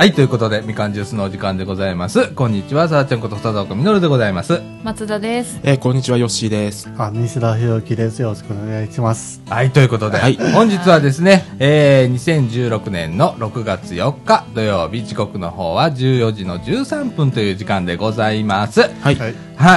はい、ということで、みかんジュースのお時間でございます。こんにちは、さあちゃんこと佐岡みのるでございます。 松田です。 こんにちは、よっしーです。 西田ひろきです。よろしくお願いします。 はい、ということで、はい、本日はですね、2016年の6月4日土曜日、時刻の方は14時の13分という時間でございます。はい。はい。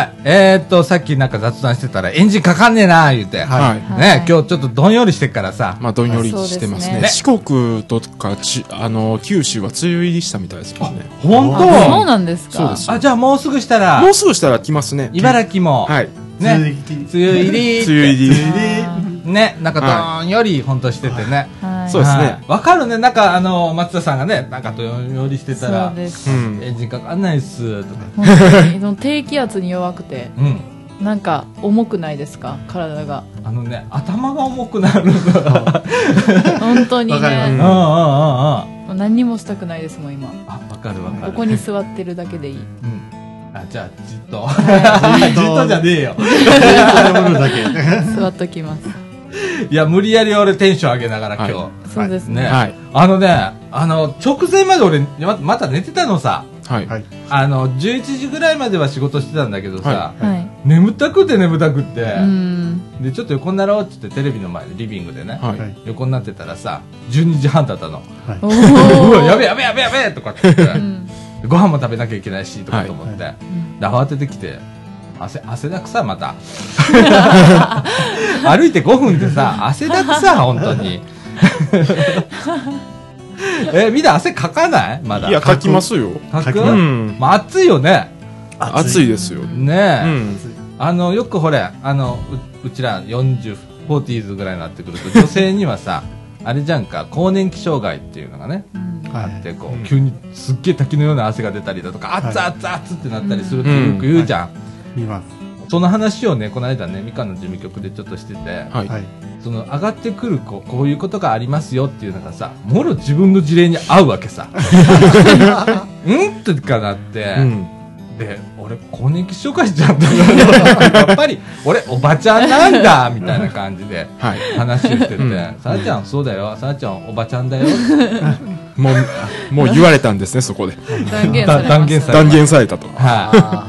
さっきなんか雑談してたらエンジンかかんねえなー言うて。はい。ね、今日ちょっとどんよりしてっからさ。 まあ、どんよりしてますね。四国とか九州は梅雨入りしたみたいですもんね。 本当？ そうなんですか。 そうです。 あ、じゃあもうすぐしたら。 もうすぐしたら来ますね。 茨城も。 はい。 ね。梅雨入り。 梅雨入り。 ね、なんかどんよりほんとしててね。 そうですね。 わかるね、なんか松田さんがね、なんかどんよりしてたら、エンジンかかんないっす、とか。 本当に低気圧に弱くて。なんか重くないですか、体が。 頭が重くなる本当にね。何にもしたくないですもん今。 あ、わかるわかる。 ここに座ってるだけでいい。 あ、じゃあじっとじっとじゃねえよ。 座っときます。 いや、無理やり俺テンション上げながら今日。 そうですね。 直前まで俺また寝てたのさ。 はい。 11時ぐらいまでは仕事してたんだけどさ、眠たくて、で、ちょっと横になろうって言ってテレビの前でリビングでね、横になってたらさ、12時半だったの。うわ、やべえとかって言って、ご飯も食べなきゃいけないし、とかと思って、で、慌ててきて、汗だくさ、また。歩いて5分でさ、汗だくさ、本当に。みんな汗かかないまだ。 いや、かきますよ。 かく？まあ、暑いよね。 暑いですよ。 ねえ。よくほれ、うちら40、40s ぐらいになってくると、女性にはさ、あれじゃんか、更年期障害っていうのがね、あって、こう、急にすっげえ滝のような汗が出たりだとか、熱ってなったりするってよく言うじゃん。 言います。 その話をね、この間ね、みかんの事務局でちょっとしてて、その上がってくるこういうことがありますよっていうのがさ、もろ自分の事例に合うわけさ。ってかなって、で、俺、更年期障害じゃんって、やっぱり、俺、おばちゃんなんだみたいな感じで話をしてて、さあちゃん、そうだよ、さあちゃん、おばちゃんだよ。 もう言われたんですね、そこで。 断言されたと。 はい。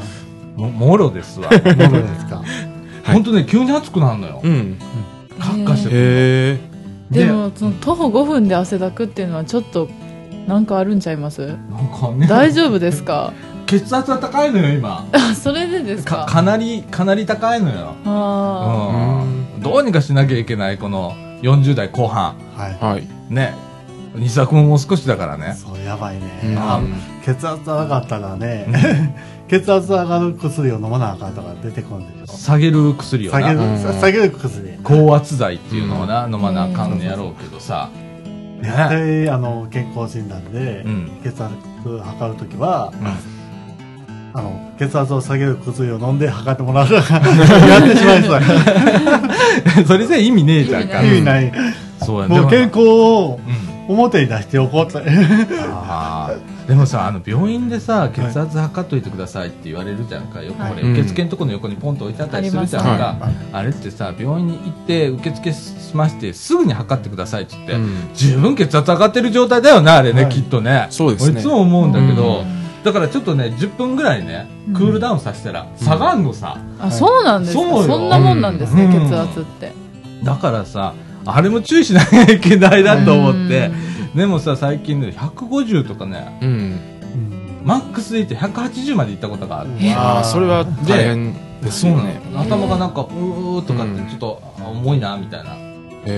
もろですわ。もろですか。ほんとね、急に暑くなるのよ。カッカしてる。 でも、その徒歩5分で汗だくっていうのはちょっと、なんかあるんちゃいます？なんかね。 大丈夫ですか？ 血圧は高いのよ、今。 それでですか？ かなり高いのよ。どうにかしなきゃいけない、この40代後半。ね。西田君も少しだからね。 そう、やばいね。血圧上がったらね、血圧上がる薬を飲まなあかんとか出てくるんでしょ。 下げる薬をな。 下げる薬。 高圧剤っていうのをな、飲まなあかんのやろうけどさ。 絶対、健康診断で、血圧測るときは、血圧を下げる薬を飲んで測ってもらうやってしまいそう。 それじゃ意味ねえじゃんか。 意味ない。 そうやね。もう健康を表に出しておこうって。 でもさ、病院でさ、血圧測っといてくださいって言われるじゃんか。よくこれ、受付のとこの横にポンと置いてあったりするじゃんか。あれってさ、病院に行って受付しまして、すぐに測ってくださいって言って、十分血圧上がってる状態だよな、あれね、きっとね。 そうですね。 俺いつも思うんだけど、だからちょっとね、10分ぐらいね、クールダウンさせたら、下がんのさ。 あ、そうなんですか。そんなもんなんですね、血圧って。 だからさ、あれも注意しなきゃいけないなと思って、でもさ、最近ね、150とかね、マックスでいって180まで行ったことがある。 それは大変ですよね。 頭がなんか、とかってちょっと重いな、みたいな。あって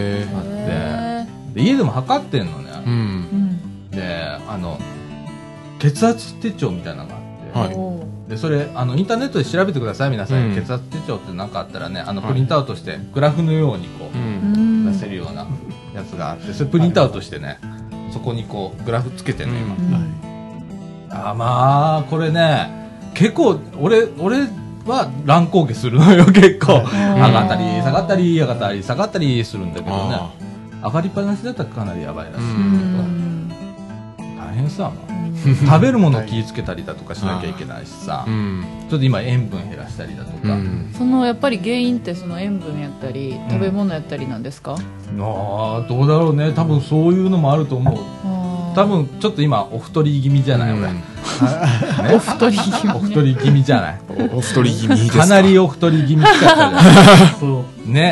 。で、家でも測ってんのね。で、血圧手帳みたいなのがあって。で、それ、インターネットで調べてください、皆さん。血圧手帳って何かあったらね、プリントアウトして、グラフのようにこう、出せるようなやつがあって、それプリントアウトしてね、そこにこう、グラフつけてんの、今。まあ、これね、結構、俺は乱高下するのよ、結構。上がったり、下がったり、上がったり、下がったりするんだけどね。上がりっぱなしだったらかなりやばいらしいけど。大変さ、食べるものを気をつけたりだとかしなきゃいけないしさ、ちょっと今塩分減らしたりだとか、 やっぱり原因ってその塩分やったり食べ物やったりなんですか？ どうだろうね、多分そういうのもあると思う。 多分ちょっと今お太り気味じゃない、俺、 お太り気味、 お太り気味じゃない、 お太り気味ですか。 かなりお太り気味だったじゃないそうね。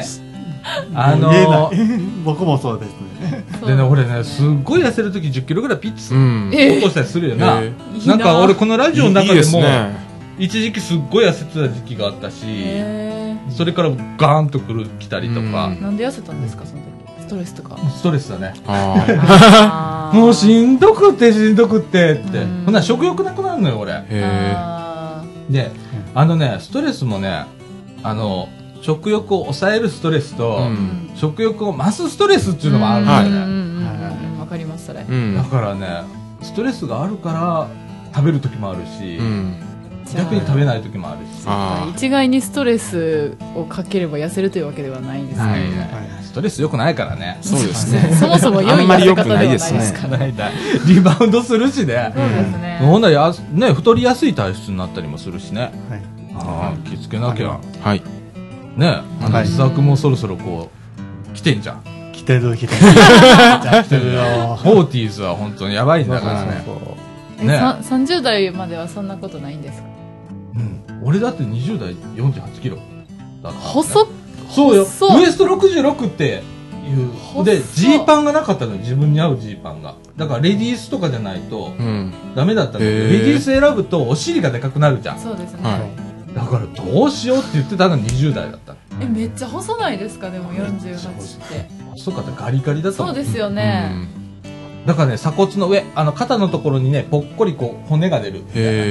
僕もそうですね。 でね、俺ね、すっごい痩せるとき10キロぐらいピッツ落としたりするよな。なんか俺このラジオの中でも一時期すっごい痩せてた時期があったし、それからガーンと来たりとか。 なんで痩せたんですか、その時。ストレスとか。 ストレスだね。もうしんどくってってほんなら食欲なくなるのよ、俺。で、ストレスもね、食欲を抑えるストレスと、食欲を増すストレスっていうのがあるんだよね。 わかります、それ。 だからね、ストレスがあるから食べる時もあるし、逆に食べない時もあるし。 一概にストレスをかければ痩せるというわけではないんですね。 ストレス良くないからね。 そうですね。 そもそも良い痩せ方ではないですから。 リバウンドするしね。 そうですね。 ほんならね、太りやすい体質になったりもするしね。気をつけなきゃ。はい。ね、自作もそろそろこう来てんじゃん。 来てるよ。 フォーティーズは本当にやばいんだからね。 30代まではそんなことないんですか？ 俺だって20代48キロだった。 細っ。 そうよ。ウエスト66っていうでジーパンがなかったのよ、自分に合うジーパンが。だからレディースとかじゃないとダメだったんだけど、レディース選ぶとお尻がでかくなるじゃん。 そうですね。 だからどうしようって言ってたのが20代だった。 めっちゃ細ないですか？でも48って細かったガリガリだったもん。 そうですよね。 だからね、鎖骨の上、肩のところにね、ぽっこりこう骨が出る。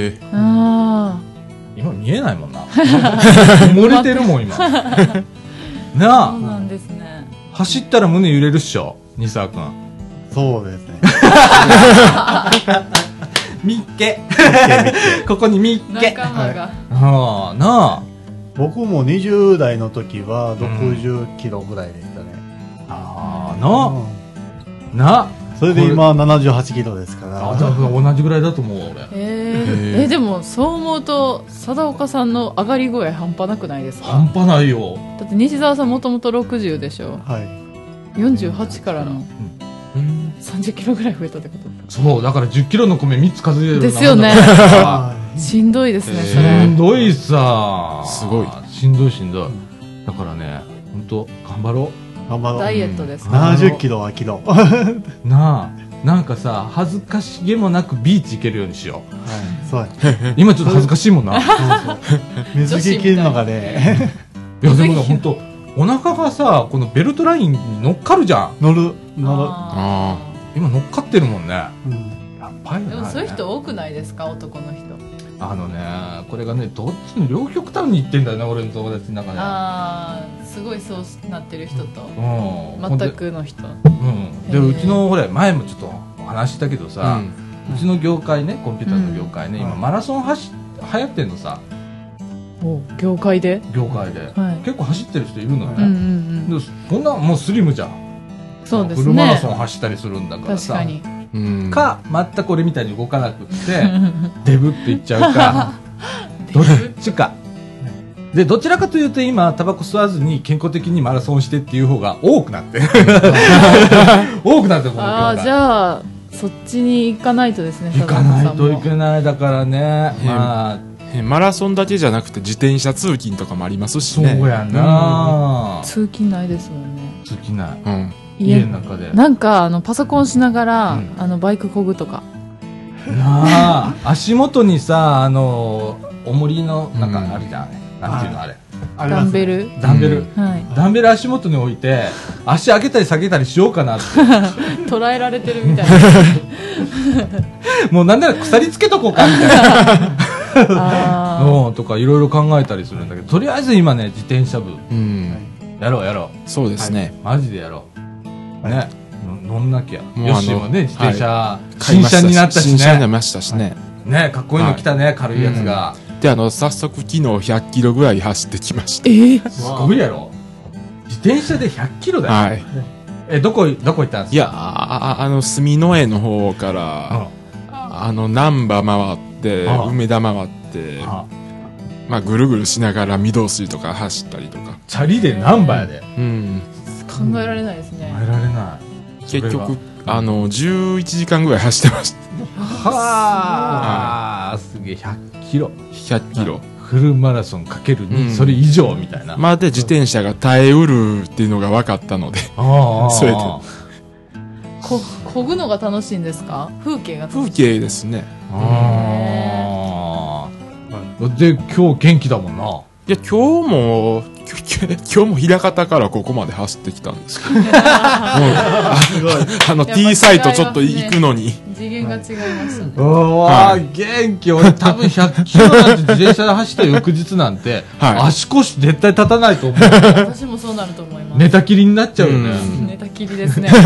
今見えないもんな。漏れてるもん今。なあ。 そうなんですね。 走ったら胸揺れるっしょ、西沢君。 そうですね。 みっけ。ここにみっけ。 仲間が。 なあ。 僕も20代の時は60キロぐらいでしたね。 な。 それで今78キロですから。 同じぐらいだと思う俺。 でもそう思うと貞岡さんの上がり具合半端なくないですか？ 半端ないよ。 だって西澤さんもともと60でしょ。 はい。 48からの30キロぐらい増えたってこと？ そう、だから10キロの米3つ数えるですよね。しんどいですね、それ。 しんどいさ。 すごい。 しんどい。だからね、本当頑張ろう。 ダイエットですか？70キロはキロ。 なあ、なんかさ、恥ずかしげもなくビーチ行けるようにしよう。そう。 今ちょっと恥ずかしいもんな。 水着着るのがね。 いやでもね、本当お腹がさ、このベルトラインに乗っかるじゃん。 乗る。 今乗っかってるもんね。やっぱりね。 でもそういう人多くないですか、男の人。 これがね、どっちの両極端に行ってんだよね、俺の友達の中で。 すごいそうなってる人と、全くの人。 で、うちの、ほれ、前もちょっとお話したけどさ、うちの業界ね、コンピューターの業界ね、今マラソン流行ってんのさ。 業界で結構走ってる人いるのね。こんなもうスリムじゃん。 そうですね。 フルマラソン走ったりするんだからさ。 確かに。 全く俺みたいに動かなくってデブっていっちゃうかどっちかで、どちらかというと今タバコ吸わずに健康的にマラソンしてっていう方が多くなって多くなってる。じゃあそっちに行かないとですね。 行かないといけない。だからね、 マラソンだけじゃなくて自転車通勤とかもありますしね。 そうやな。 通勤ないですもんね。 通勤ない。家の中でなんかパソコンしながら、バイク漕ぐとか足元にさ、重りのなんかあるじゃん、なんていうのあれ、 ダンベル、 ダンベル足元に置いて足上げたり下げたりしようかなって捉えられてるみたいなもうなんなら鎖つけとこうかみたいなとかいろいろ考えたりするんだけど、とりあえず今ね、自転車部やろう。 そうですね、 マジでやろうね。乗んなきゃ。ヨッシーもね、自転車新車になったしね。 新車になりましたしね。 ね、かっこいいの来たね、軽いやつが。 で、早速昨日100キロぐらい走ってきました。 すごいやろ。自転車で100キロだよ。はい。どこ行ったんですか？ いや、住之江の方から、難波回って、梅田回って、ぐるぐるしながら御堂筋とか走ったりとか。 チャリで難波やで。 考えられないですね。 考えられない。 結局 11時間ぐらい走ってました。 はあ、すげえ、100キロ。 100キロ。 フルマラソンかける2、それ以上みたいな。 まあで、自転車が耐えうるっていうのが分かったので。それで。 漕ぐのが楽しいんですか？風景が楽しい？ 風景ですね。 で、今日元気だもんな。 いや、今日も枚方からここまで走ってきたんですけど。T サイトちょっと行くのに。 次元が違いましたね。 元気。俺多分100キロなんて自転車で走った翌日なんて、足腰絶対立たないと思う。 私もそうなると思います。 寝たきりになっちゃうよね。 寝たきりですね。すごい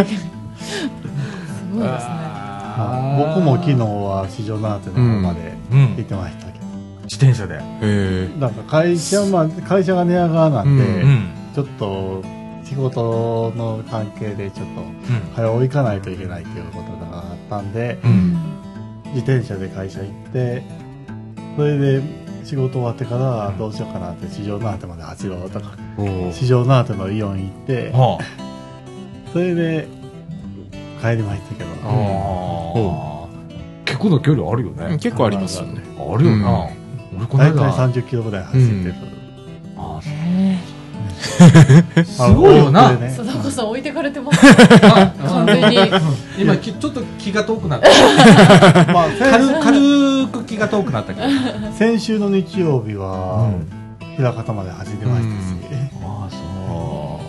ですね。 僕も昨日は四条七手の方まで行ってましたけど。 自転車で。 なんか会社が寝屋川なんで、ちょっと仕事の関係でちょっと早う行かないといけないっていうことがあったんで、自転車で会社行って、それで仕事終わってからどうしようかなって四条七手まで走ろうとか、四条七手のイオン行って、それで帰りましたけど。 結構な距離あるよね。 結構ありますよね。 あるよな。 大体30キロぐらい走ってる。 すごいよな。 貞子さん置いてかれてます。完全に。 今ちょっと気が遠くなった。軽く気が遠くなったけど。 先週の日曜日は枚方まで走ってましたし。 ああ、そう。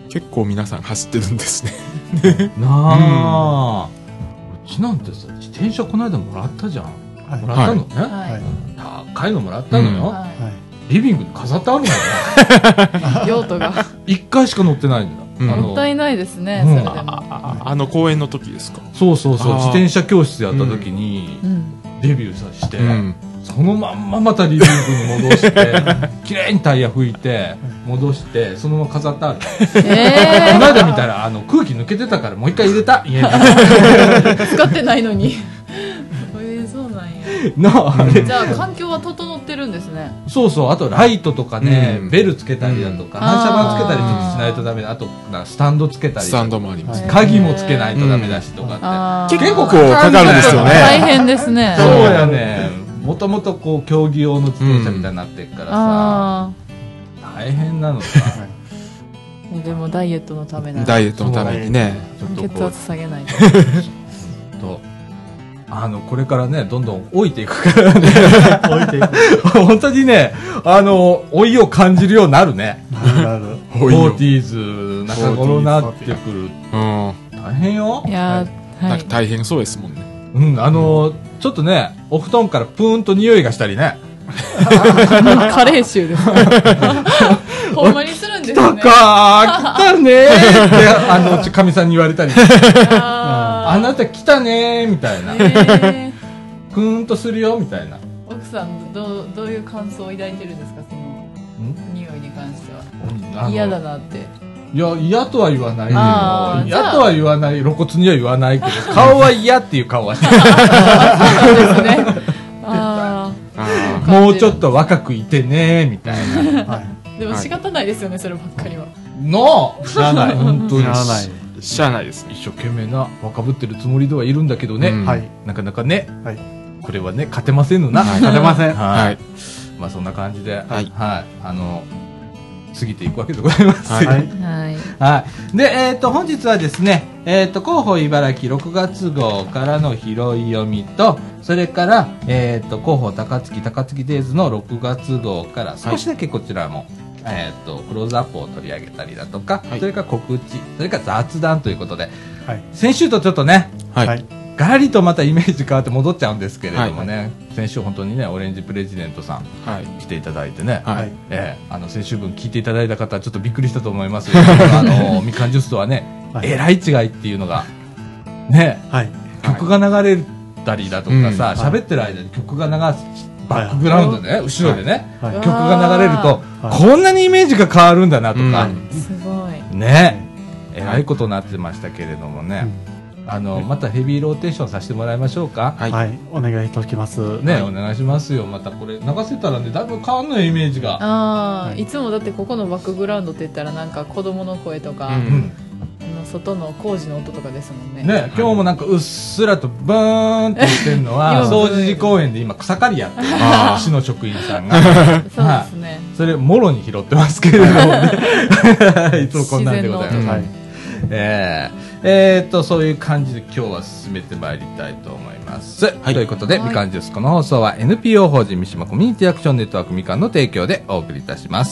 結構皆さん走ってるんですね。 なあ。うちなんてさ、自転車この間もらったじゃん。もらったのね。高いのもらったのよ。リビングに飾ってあるのよ。 用途が。 1回しか乗ってないんだ。 もったいないですね、それでも。 公演の時ですか？ そう。自転車教室やった時に、デビューさせて、そのまんままたリビングに戻して、綺麗にタイヤ拭いて、戻して、そのまま飾ってある。この間見たら、空気抜けてたからもう一回入れた、家に。 使ってないのに。そうなんや。じゃあ環境は整ってるんですね。 そう。あとライトとかね、ベルつけたりだとか、反射板つけたりしないとダメだ。あとスタンドつけたり。 スタンドもあります。 鍵もつけないとダメだしとかって。 結構かかるんですよね。 大変ですね。 そうやね。もともとこう競技用の自転車みたいになってるからさ、大変なのさ。 でもダイエットのためダイエットのためにね。 血圧下げないと。これからね、どんどん老いていくからね。 老いていく。 本当にね、老いを感じるようになるね。 なる。 40s 中頃になってくる。大変よ。 いや、 大変そうですもんね。 ちょっとね、お布団からプーンと匂いがしたりね。 加齢臭です。ほんまにするんですよね。 来たねーって、かみさんに言われたり。あなた来たねーみたいな。プーンとするよみたいな。 奥さんどういう感想を抱いてるんですか、その匂いに関しては。嫌だなって。 いや、嫌とは言わないよ。嫌とは言わない。露骨には言わないけど、顔は嫌っていう顔はしてる。 そうですね。 もうちょっと若くいてねみたいな。 でも仕方ないですよね、そればっかりは。 しゃあない。本当に。 しゃあないです。 一生懸命な、若ぶってるつもりではいるんだけどね。なかなかね。これはね、勝てませんのな。 勝てません。 まあそんな感じで、過ぎていくわけでございます。はい。で、本日はですね、広報茨城6月号からの拾い読みと、それから、広報高槻デイズの6月号から少しだけこちらも、クローズアップを取り上げたりだとか、それから告知、それから雑談ということで、先週とちょっとね、ガラリとまたイメージ変わって戻っちゃうんですけれどもね、先週本当にね、オレンジプレジデントさん、来ていただいてね、先週分聞いていただいた方はちょっとびっくりしたと思いますよ。みかんジュースとはね、えらい違いっていうのが、ね、曲が流れたりだとかさ、喋ってる間に曲が流す、バックグラウンドでね、後ろでね、曲が流れると、こんなにイメージが変わるんだなとか、 すごい。 ね、えらいことになってましたけれどもね。またヘビーローテーションさせてもらいましょうか。 お願いいたします。 ね、お願いしますよ。またこれ流せたらね、だいぶ変わんのよ、イメージが。 いつもだってここのバックグラウンドって言ったらなんか子供の声とか、 外の工事の音とかですもんね。 ね、今日もなんかうっすらとブーンって言ってるのは掃除時公園で今草刈りやってる市の職員さんがそうですね、 それもろに拾ってますけれどもねいつもこんなんでございます。そういう感じで今日は進めてまいりたいと思います。ということで、みかんジュース、この放送は NPO 法人三島コミュニティアクションネットワークみかんの提供でお送りいたします。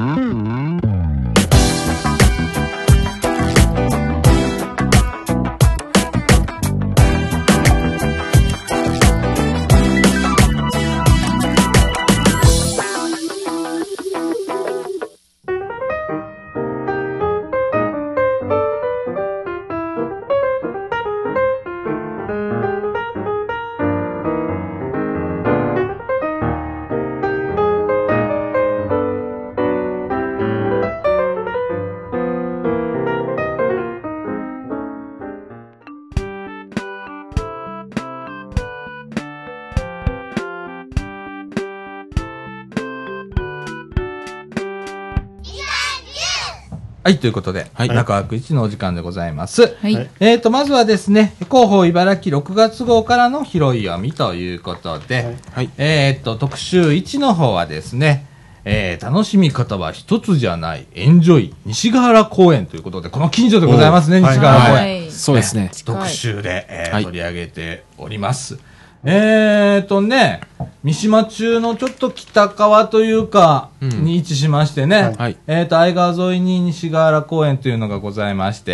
はい、ということで、中枠1のお時間でございます。はい、まずはですね、広報茨城6月号からの拾い読みということで、はい、特集1の方はですね、楽しみ方は一つじゃない、エンジョイ、西ヶ原公園ということで、この近所でございますね、西ヶ原公園。 そうですね。 特集で、取り上げております。三島中のちょっと北側というか、に位置しましてね、相川沿いに西ヶ原公園というのがございまして、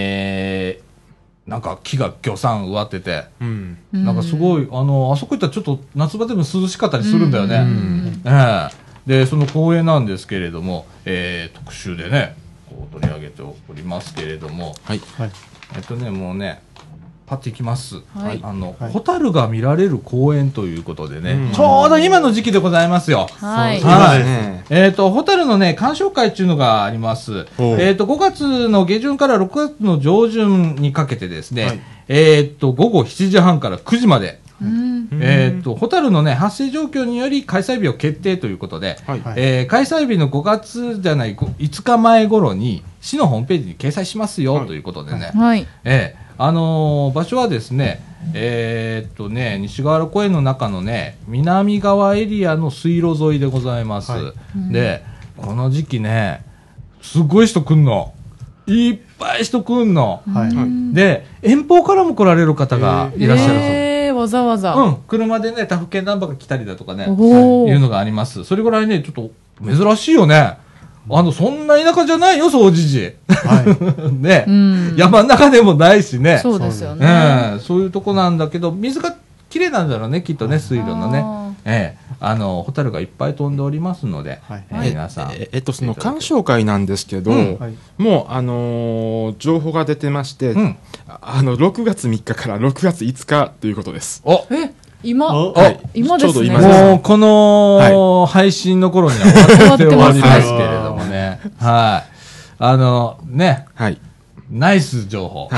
なんか木がぎょさん植わってて、なんかすごい、あそこ行ったらちょっと夏場でも涼しかったりするんだよね。で、その公園なんですけれども、特集でね、こう取り上げておりますけれども、もうね、パッといきます。ホタルが見られる公園ということでね、ちょうど今の時期でございますよ。ホタルのね、鑑賞会っていうのがあります。5月の下旬から6月の上旬にかけてですね、午後7時半から9時まで、ホタルのね、発生状況により開催日を決定ということで、開催日の5月じゃない、5日前頃に市のホームページに掲載しますよということでね、場所はですね、西ヶ原公園の中のね、南側エリアの水路沿いでございます。で、この時期ね、すごい人来んの。いっぱい人来んの。で、遠方からも来られる方がいらっしゃるそう。 わざわざ。 車でね、他府県ナンバーが来たりだとかね、いうのがあります。それぐらいね、ちょっと珍しいよね。そんな田舎じゃないよ、総持寺。ね、山の中でもないしね。 そうですよね。 そういうとこなんだけど、水が綺麗なんだろうね、きっとね、水路のね。ホタルがいっぱい飛んでおりますので、皆さん。 その鑑賞会なんですけど、もう、情報が出てまして、6月3日から6月5日ということです。 今ちょうど今ですね。 もうこの配信の頃には終わっておりますけれどもね。ナイス情報。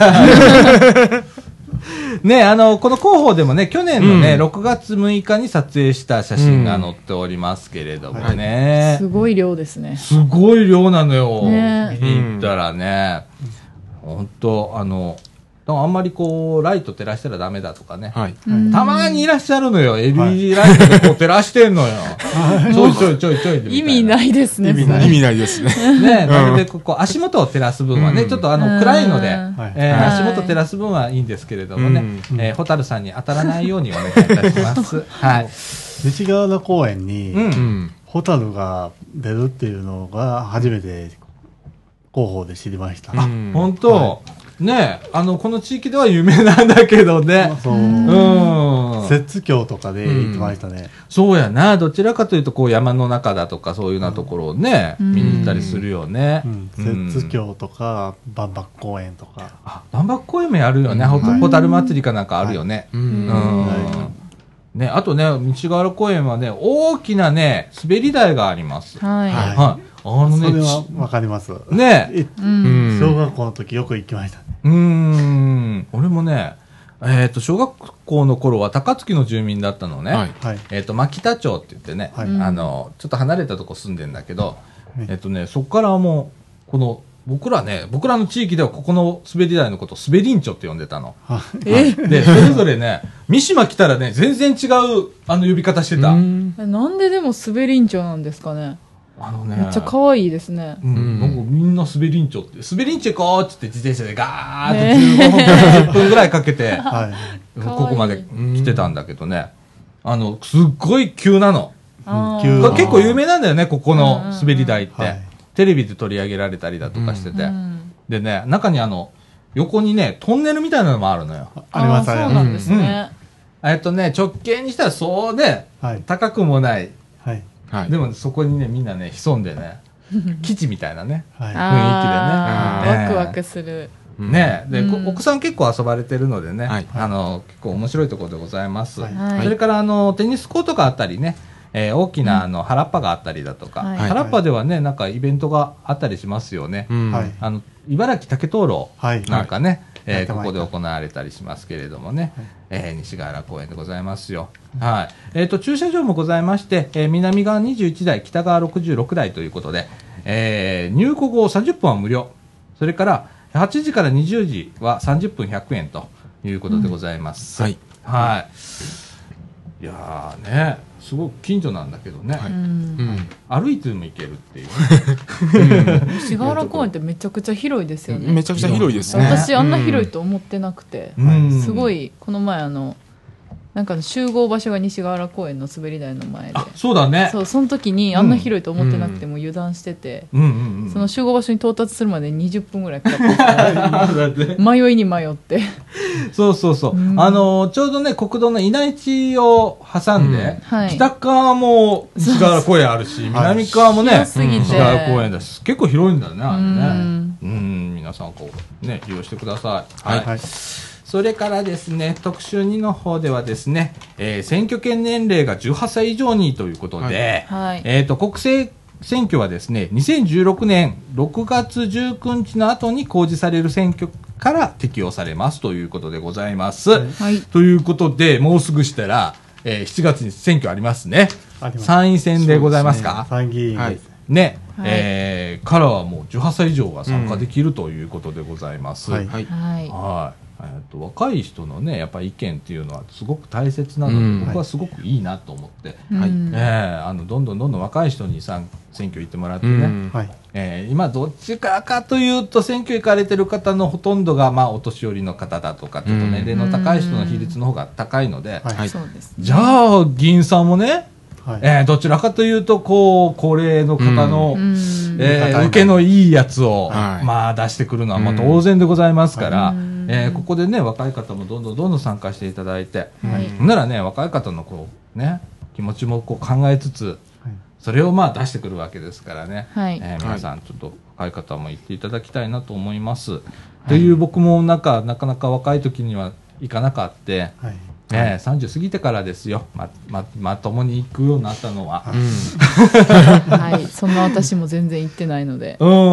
ね、この広報でもね、去年のね、6月6日に撮影した写真が載っておりますけれどもね。 すごい量ですね。 すごい量なのよ。見に行ったらね。本当あんまりこう、ライト照らしたらダメだとかね。たまにいらっしゃるのよ。LED ライトでこう照らしてんのよ。ちょい。 意味ないですね。 意味ないですね。 ね、なるべくこう、足元を照らす分はね、ちょっと暗いので、足元照らす分はいいんですけれどもね、ホタルさんに当たらないようにお願いいたします。 西ヶ原公園に、ホタルが出るっていうのが初めて広報で知りました。 本当。ねこの地域では有名なんだけどね。 摂津峡とかで行ってましたね。 そうやな。どちらかというと、こう山の中だとか、そういうようなところをね、見に行ったりするよね。 摂津峡とか、万博公園とか。 万博公園もやるよね。ホタル祭りかなんかあるよね。ね、あとね、西ヶ原公園はね、大きなね、滑り台があります。 それはわかります。 ね。 小学校の時よく行きましたね。 俺もね、小学校の頃は高槻の住民だったのね。牧田町って言ってね、ちょっと離れたとこ住んでんだけど、そこからもう、この僕らの地域ではここの滑り台のことを滑りんちょって呼んでたの。で、それぞれね、三島来たらね、全然違う、呼び方してた。 なんででも滑りんちょなんですかね。めっちゃ可愛いですね。 なんかみんな滑りんちょって、滑りんちょ行こうって言って自転車でガーって15分から10分ぐらいかけて、ここまで来てたんだけどね。すっごい急なの。結構有名なんだよね、ここの滑り台って。テレビで取り上げられたりだとかしてて。でね、中に横にね、トンネルみたいなのもあるのよ。 ありますそうなんですね。 直径にしたらそうで、高くもない。でもそこにね、みんなね、潜んでね、基地みたいなね、雰囲気でね。 ワクワクする。 ねで、お子さん結構遊ばれてるのでね、結構面白いところでございます。それからテニスコートがあったりね、大きな原っぱがあったりだとか、原っぱではね、なんかイベントがあったりしますよね。茨城竹灯籠なんかね、ここで行われたりしますけれどもね、西ヶ原公園でございますよ。はい。駐車場もございまして、南側21台、北側66台ということで、入庫後30分は無料。それから、8時から20時は30分100円ということでございます。はい。はい。いやーね、すごく近所なんだけどね、歩いても行けるっていう。 西ヶ原公園ってめちゃくちゃ広いですよね。 めちゃくちゃ広いですね。 私あんな広いと思ってなくて、すごいこの前なんか集合場所が西ヶ原公園の滑り台の前で、 そうだね。 その時にあんな広いと思ってなくても油断してて、その集合場所に到達するまで20分ぐらいかかって迷いに迷って。 そう。ちょうどね、国道の稲市を挟んで、北側も西ヶ原公園あるし、南側もね、西ヶ原公園だし、結構広いんだね、あれね。皆さんね、利用してください。はい。それからですね、特集2の方ではですね、選挙権年齢が18歳以上にということで、国政選挙はですね、2016年6月19日の後に公示される選挙から適用されますということでございます。ということで、もうすぐしたら、7月に選挙ありますね。参院選でございますか？ 参議院です。 ね、からはもう18歳以上が参加できるということでございます。若い人のね、やっぱり意見っていうのはすごく大切なので、僕はすごくいいなと思って、どんどん若い人に選挙行ってもらってね、今どっちかというと選挙行かれてる方のほとんどがお年寄りの方だとか、ちょっと年齢の高い人の比率の方が高いので、じゃあ議員さんもね、どちらかというと高齢の方の、受けのいいやつを、出してくるのは当然でございますから、ここでね、若い方もどんどん参加していただいて、ならね、若い方の気持ちも考えつつ、それを出してくるわけですからね、皆さんちょっと若い方も行っていただきたいなと思います。という僕もなかなか若い時には行かなかって、30過ぎてからですよ、まともに行くようになったのは。 そんな私も全然行ってないので。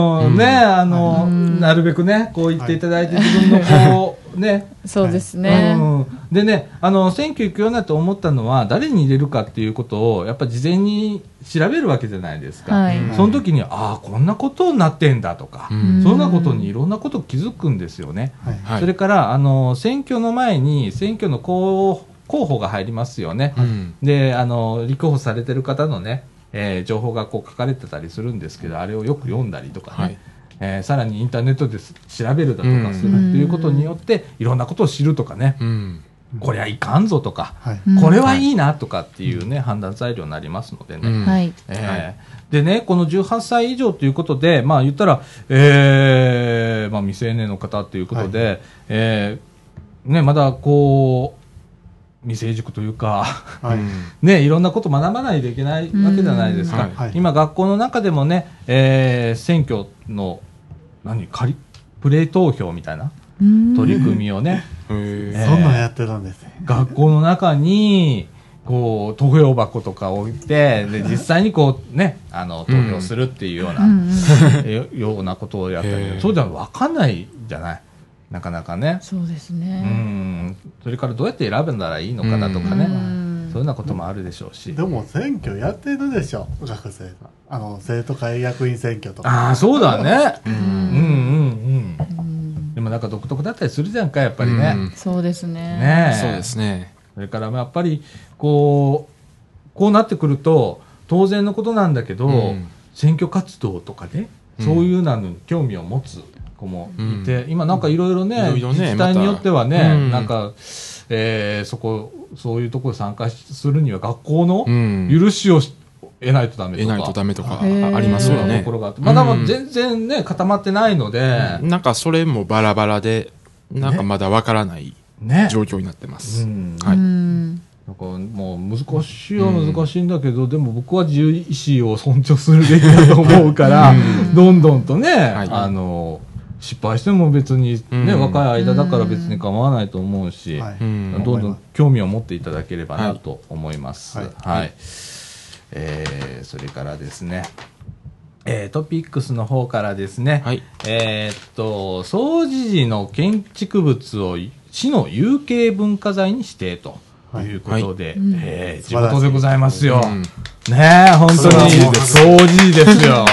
なるべくね、こう言っていただいて、自分のね。 そうですね。 でね、選挙行くようになって思ったのは、誰に入れるかっていうことを、やっぱ事前に調べるわけじゃないですか。その時に、こんなことになってんだとか、そんなことにいろんなこと気づくんですよね。それから、選挙の前に、選挙の候補が入りますよね。で、立候補されてる方のね、情報が書かれてたりするんですけど、あれをよく読んだりとかね。さらにインターネットで調べるだとかするということによっていろんなことを知るとかね、こりゃいかんぞとか、これはいいなとかっていうね、判断材料になりますのでね。でね、この18歳以上ということで、言ったら、未成年の方ということで、まだ未成熟というか、いろんなこと学ばないといけないわけじゃないですか。今学校の中でもね、選挙のプレ投票みたいな取り組みをね、 そんなんやってたんですね。 学校の中に投票箱とか置いて、で実際に投票するっていうようなことをやったり、そうじゃ分かんないじゃない。なかなかね。 そうですね。 それからどうやって選ぶんだらいいのかだとかね。 そういうようなこともあるでしょうし。 でも選挙やってるでしょ、学生が。生徒会役員選挙とか。 ああ、そうだね。でもなんか独特だったりするじゃんか、やっぱりね。 そうですね。 ね、 そうですね。 それからやっぱりこうなってくると当然のことなんだけど、選挙活動とかね、そういうのに興味を持つ子もいて、今なんかいろいろね、自治体によってはね、なんか、そういうところに参加するには学校の許しを得ないとダメとか、 ありますよね。 ところがあって、まだ全然ね、固まってないので、 なんかそれもバラバラで、なんかまだわからない状況になってます。はい。 なんかもう難しいは難しいんだけど、でも僕は自由意志を尊重するべきだと思うから、どんどんとね、失敗しても別にね、若い間だから別に構わないと思うし、どんどん興味を持っていただければなと思います。はい。それからですね、トピックスの方からですね、総持寺の建築物を市の有形文化財に指定ということで、地元でございますよ。ねえ、本当に総持寺ですよ。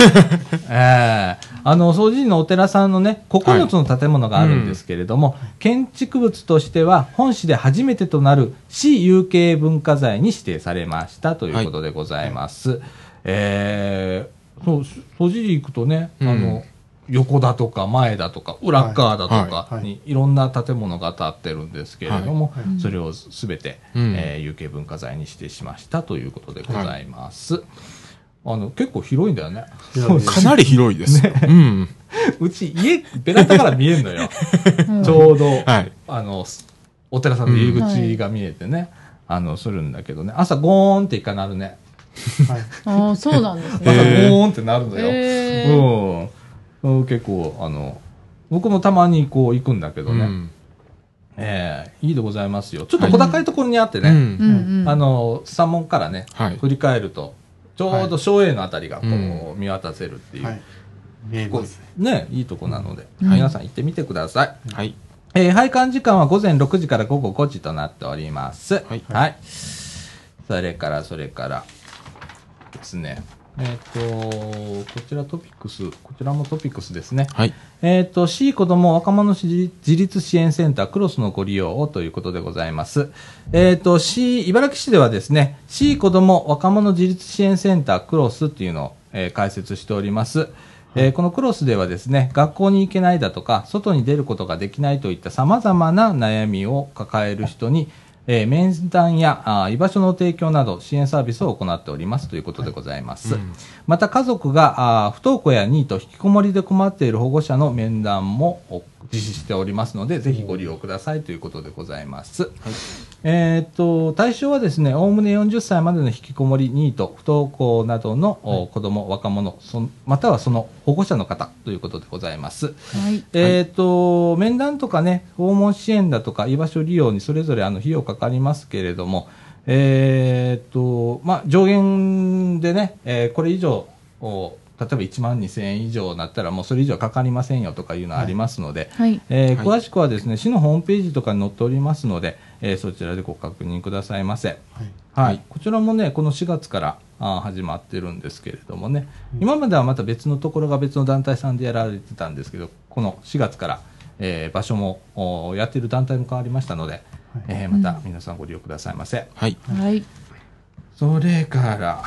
総持寺のお寺さんのね、9つの建物があるんですけれども、建築物としては本市で初めてとなる市有形文化財に指定されましたということでございます。総持寺行くとね、横だとか前だとか裏側だとかにいろんな建物が建ってるんですけれども、それをすべて有形文化財に指定しましたということでございます。結構広いんだよね。 かなり広いです。 うち家ベランダから見えるのよ。ちょうどお寺さんの入り口が見えてね、するんだけどね、朝ゴーンって一回鳴るね。 ああ、そうなんですね。 朝ゴーンって鳴るのよ。結構僕もたまにこう行くんだけどね、いいでございますよ。ちょっと小高いところにあってね、山門からね、振り返るとちょうど正栄のあたりがこう見渡せるっていう、ね、いいとこなので、皆さん行ってみてください。拝観時間は午前6時から午後5時となっております。それからですね、こちらもトピックスですね。市子ども若者自立支援センタークロスのご利用をということでございます。茨城市ではですね、市子ども若者自立支援センタークロスっていうのを、開設しております。このクロスではですね、学校に行けないだとか、外に出ることができないといった様々な悩みを抱える人に、面談や居場所の提供など支援サービスを行っておりますということでございます。また家族が不登校やニート、引きこもりで困っている保護者の面談も実施しておりますので、ぜひご利用くださいということでございます。対象はですね、おおむね40歳までの引きこもり、ニート、不登校などの子ども、若者、またはその保護者の方ということでございます。面談とかね、訪問支援だとか居場所利用にそれぞれ費用かかりますけれども、上限でね、これ以上例えば1万2000円以上になったらもうそれ以上かかりませんよとかいうのありますので、詳しくはですね、市のホームページとかに載っておりますので、そちらでご確認くださいませ。こちらもね、この4月から始まってるんですけれどもね、今まではまた別のところが別の団体さんでやられてたんですけど、この4月から、場所もやっている団体も変わりましたので、また皆さんご利用くださいませ。それから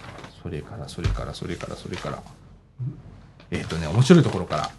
面白いところから、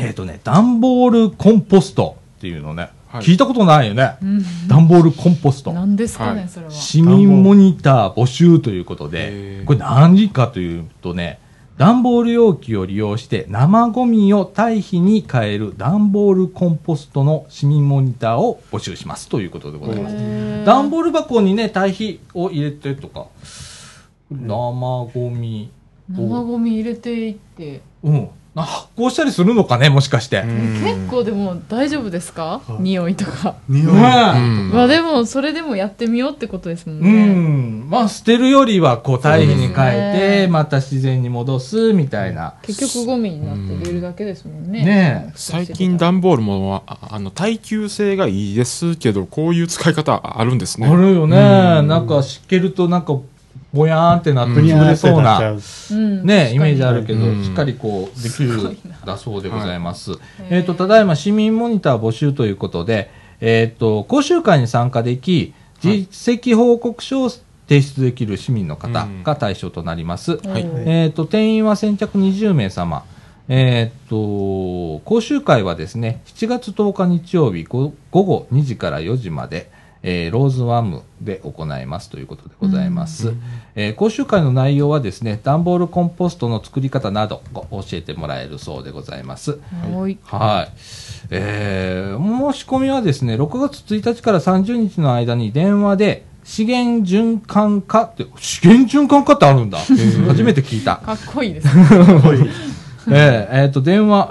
段ボールコンポストっていうのね、聞いたことないよね。段ボールコンポスト。 何ですかね、それは。 市民モニター募集ということで、これ何かというとね、段ボール容器を利用して生ゴミを堆肥に変える段ボールコンポストの市民モニターを募集しますということでございます。段ボール箱にね、堆肥を入れてとか、生ゴミ入れていって、 発酵したりするのかね、もしかして。 結構でも大丈夫ですか、匂いとか。 匂い。 でもそれでもやってみようってことですもんね。 まあ捨てるよりはこう堆肥に変えてまた自然に戻すみたいな。 結局ゴミになって出るだけですもんね。 ね、 最近段ボールも耐久性がいいですけど、こういう使い方あるんですね。 あるよね。なんか湿気るとなんかぼやーんってなって潰れそうなねイメージあるけど、しっかりこうできるだそうでございます。ただいま市民モニター募集ということで、講習会に参加でき実績報告書を提出できる市民の方が対象となります。定員は先着20名様。講習会はですね、7月10日日曜日午後2時から4時まで、ローズワムで行いますということでございます。講習会の内容はですね、段ボールコンポストの作り方など教えてもらえるそうでございます。はい。はい。申し込みはですね、6月1日から30日の間に電話で資源循環課って、資源循環課ってあるんだ。初めて聞いた。 かっこいいですね。 電話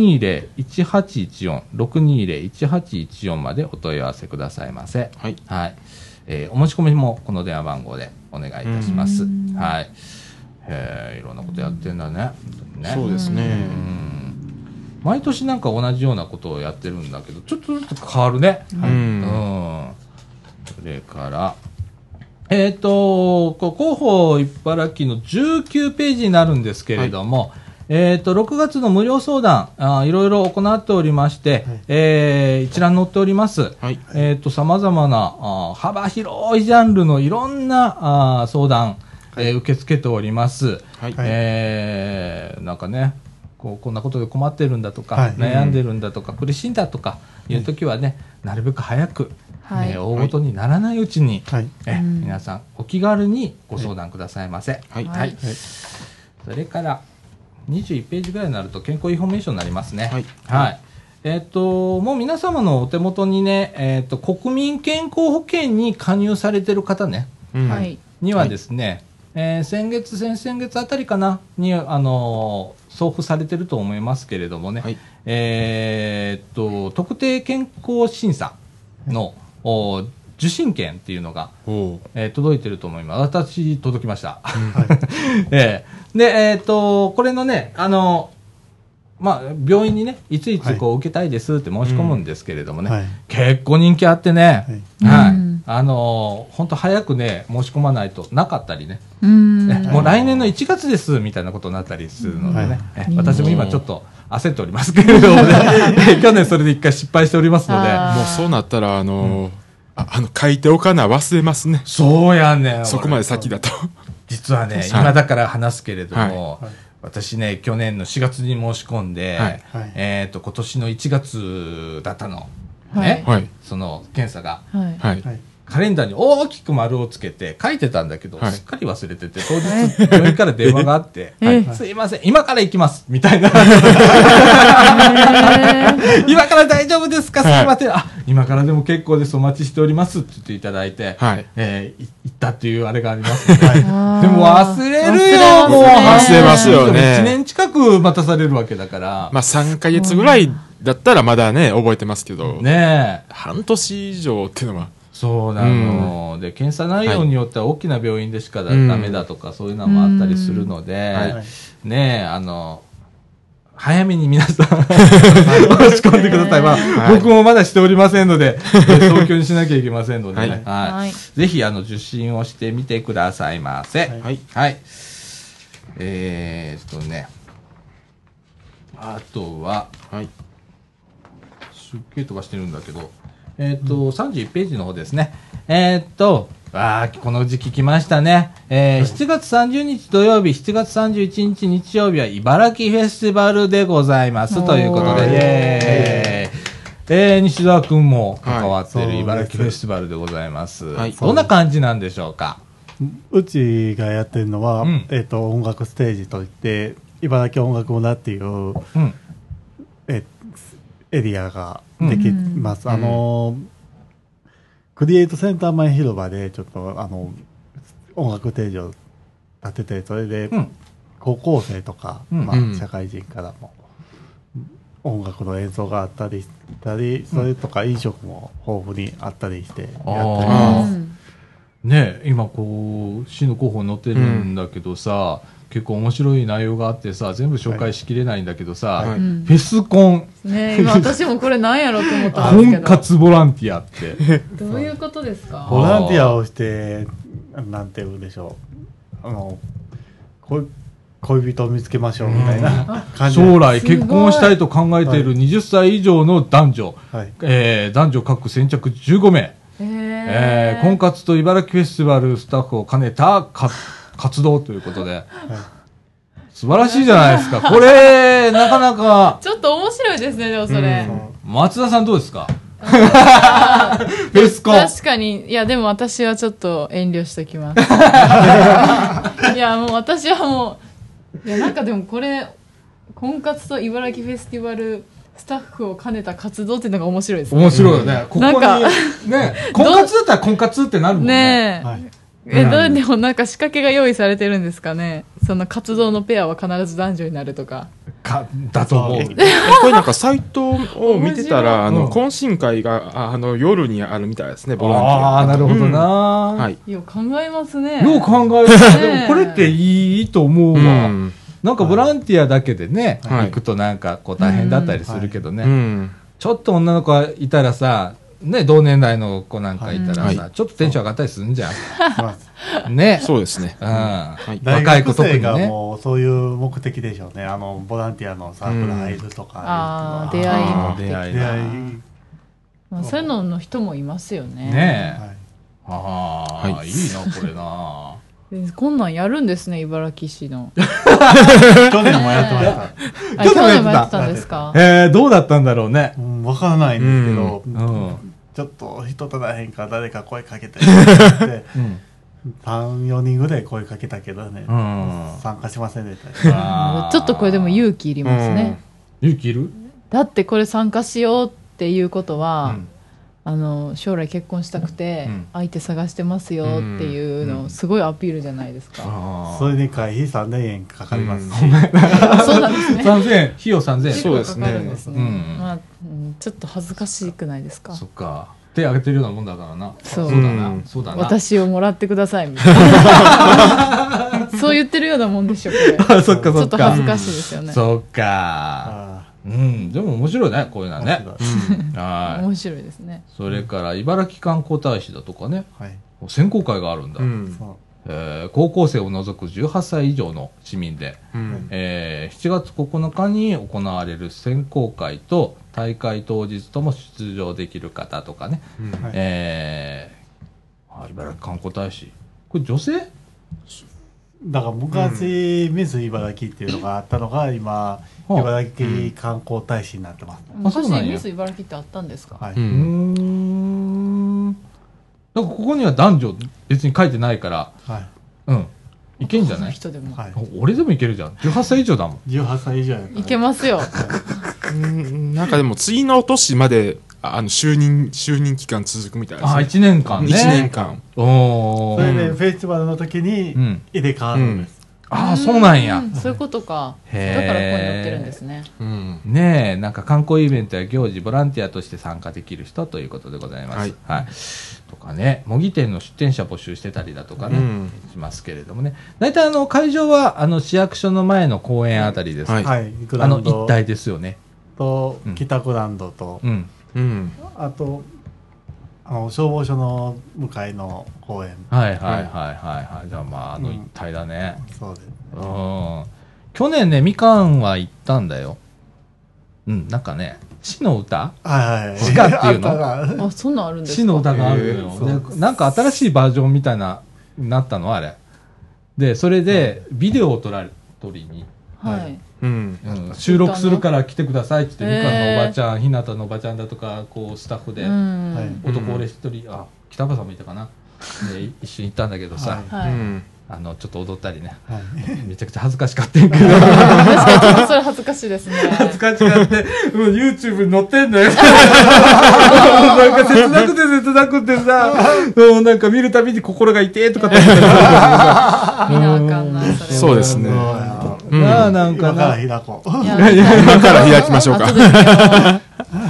620-1814、620-1814までお問い合わせくださいませ。はい。はい。お申し込みもこの電話番号でお願いいたします。はい。いろんなことやってんだね。 そうですね。 毎年なんか同じようなことをやってるんだけど、ちょっとずつ変わるね。それから、広報茨城の19ページになるんですけれども、6月の無料相談いろいろ行っておりまして、一覧載っております。様々な幅広いジャンルのいろんな相談、受け付けております。なんかね、こんなことで困ってるんだとか、悩んでるんだとか、苦しいんだとかいうときはね、なるべく早く、大ごとにならないうちに、皆さんお気軽にご相談くださいませ。それから21ページぐらいになると健康インフォメーションになりますね。もう皆様のお手元にね、国民健康保険に加入されてる方ね、にはですね、先々月あたりかなに送付されてると思いますけれどもね、特定健康審査の受診券っていうのが、届いてると思います。私届きました。で、これのね、病院にね、いついつこう受けたいですって申し込むんですけれどもね、結構人気あってね、本当早くね、申し込まないとなかったりね、もう来年の1月ですみたいなことになったりするのでね、私も今ちょっと焦っておりますけれどもね、去年それで一回失敗しておりますので。 もうそうなったら、書いておかな忘れますね。 そうやね。 そこまで先だと。 実はね、今だから話すけれども、私ね、去年の4月に申し込んで、今年の1月だったの。ね。その検査が。カレンダーに大きく丸をつけて書いてたんだけど、すっかり忘れてて、当日病院から電話があって、すいません、今から行きますみたいな。今から大丈夫ですか、すいません。今からでも結構です、お待ちしておりますって言っていただいて、行ったっていうあれがありますので、でも忘れるよ、もう。 忘れますよね。 1年近く待たされるわけだから。 3ヶ月ぐらいだったらまだね、覚えてますけど、 ね、 半年以上っていうのは。 そうなの、で検査内容によっては大きな病院でしかダメだとか、そういうのもあったりするので、ね早めに皆さん申し込んでください。僕もまだしておりませんので、東京にしなきゃいけませんので、ぜひ受診をしてみてくださいませ。あとは、すっげえ飛ばしてるんだけど、31ページの方ですね。この時期来ましたね。7月30日土曜日、7月31日日曜日は茨城フェスティバルでございます。ということで、西澤くんも関わっている茨城フェスティバルでございます。どんな感じなんでしょうか？ うちがやってるのは、音楽ステージといって、茨城音楽村っていう、エリアができます。クリエイトセンター前広場でちょっと音楽ステージを立てて、それで高校生とか、社会人からも音楽の演奏があったりしたり、それとか飲食も豊富にあったりしてやってます。 ね、今こう、市の広報に載ってるんだけどさ、結構面白い内容があってさ、全部紹介しきれないんだけどさ、フェスコン。 ね、今私もこれ何やろうと思ったんですけど。 婚活ボランティアって。 どういうことですか？ ボランティアをして、なんて言うんでしょう。恋人を見つけましょうみたいな感じ。 将来結婚したいと考えている20歳以上の男女、男女各先着15名。婚活と茨城フェスティバルスタッフを兼ねた活動ということで、素晴らしいじゃないですか。これ、なかなか。 ちょっと面白いですね、でもそれ。 松田さんどうですか？フェスコン。 確かに。いや、でも私はちょっと遠慮しときます。いや、もう私はもう、いや、なんかでもこれ、婚活と茨城フェスティバルスタッフを兼ねた活動っていうのが面白いですね。 面白いよね。ここに、ね、婚活だったら婚活ってなるもんね。 でもなんか仕掛けが用意されてるんですかね。その活動のペアは必ず男女になるとか。 だと思う。 これなんかサイトを見てたら、懇親会が、夜にあるみたいですね、ボランティア。 ああ、なるほどな。 はい。 よう考えますね。 よう考えますね。でもこれっていいと思うわ。なんかボランティアだけでね、行くとなんかこう大変だったりするけどね。ちょっと女の子がいたらさ、ね、同年代の子なんかいたらさ、ちょっとテンション上がったりするんじゃん。ね。 そうですね。 若い子特にね。 もうそういう目的でしょうね。ボランティアのサークル入るとか。 出会いも。 出会い。 そういうのの人もいますよね。 ねえ。ああ、いいな、これな。 こんなんやるんですね、茨城市の。 去年もやってました。 去年もやってたんですか？ どうだったんだろうね。 わからないんですけど、ちょっと人とらへんから誰か声かけてって3、4人ぐらい声かけたけどね、参加しませんでした。 ちょっとこれでも勇気いりますね。 勇気いる？ だってこれ参加しようっていうことは、将来結婚したくて相手探してますよっていうのすごいアピールじゃないですか。 それに会費3000円かかりますし。 そうなんですね。 3000円、費用3000円。 そうですね。 まあちょっと恥ずかしくないですか？ そっか。手挙げてるようなもんだからな。 そうだな。そうだな。 私をもらってくださいみたいな。そう言ってるようなもんでしょ、これ。 そっかそっか。 ちょっと恥ずかしいですよね。 そっか。でも面白いね、こういうのはね。 面白いですね。 それから茨城観光大使だとかね、選考会があるんだ。高校生を除く18歳以上の市民で、7月9日に行われる選考会と大会当日とも出場できる方とかね、茨城観光大使、これ女性？ だから昔、ミス茨城っていうのがあったのが今、茨城観光大使になってます。 昔ミス茨城ってあったんですか？ はい。 だからここには男女別に書いてないから、いけんじゃない？俺でもいけるじゃん。18歳以上だもん。 18歳以上やから。 いけますよ。 なんかでも次の年まで就任期間続くみたいですね。 1年間ね。 1年間。 それでフェスティバルの時に入れ替わるんです。 そうなんや。 そういうことか。だからここに載ってるんですね。 ねえ、なんか観光イベントや行事、ボランティアとして参加できる人ということでございます。はい。とかね、模擬店の出店者募集してたりだとかね、しますけれどもね。大体会場は市役所の前の公園あたりです。 はい。 一帯ですよね。 と、北グランドと、あと、消防署の向かいの公園。 はい。じゃあまあ、一帯だね。 そうです。 去年ね、みかんは行ったんだよ。なんかね、詩の歌？詩歌っていうの？ あ、そんなんあるんですか？ 詩の歌があるのよ。なんか新しいバージョンみたいな、なったのあれ。で、それで、ビデオを撮りに。収録するから来てくださいって言って、みかんのおばちゃん、ひなたのおばちゃんだとか、こう、スタッフで、男俺一人、北川さんもいたかな。で、一緒に行ったんだけどさ、ちょっと踊ったりね、めちゃくちゃ恥ずかしかったんやけど。 確かにちょっとそれ恥ずかしいですね。 恥ずかしかって、YouTube に載ってんだよ。なんか切なくてさ、なんか見るたびに心が痛いとかって言ってる。 見なあかんな、それ。 そうですね。 なんか今から開こう。 今から開きましょうか。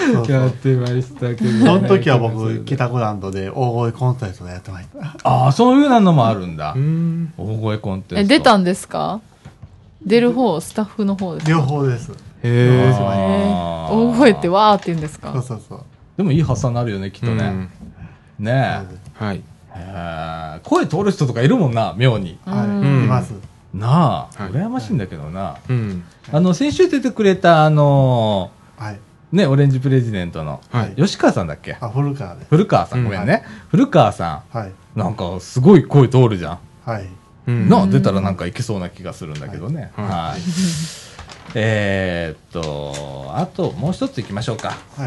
やってましたけど、ね、 その時は僕北グランドで大声コンテストやってました。 ああ、そういうのもあるんだ。大声コンテスト。 出たんですか？出る方、スタッフの方ですか？ 両方です。 大声ってわーって言うんですか？ そうそうそう。 でもいい発散になるよね、きっとね。ねえ。はい。 声通る人とかいるもんな、妙に。 はい、います。 なあ、羨ましいんだけどな。先週出てくれた、ね、オレンジプレジデントの、吉川さんだっけ？ 古川です。 古川さん、ごめんね。古川さん。なんか、すごい声通るじゃん。 はい。 出たらなんかいけそうな気がするんだけどね。はい。あと、もう一ついきましょうか。はい。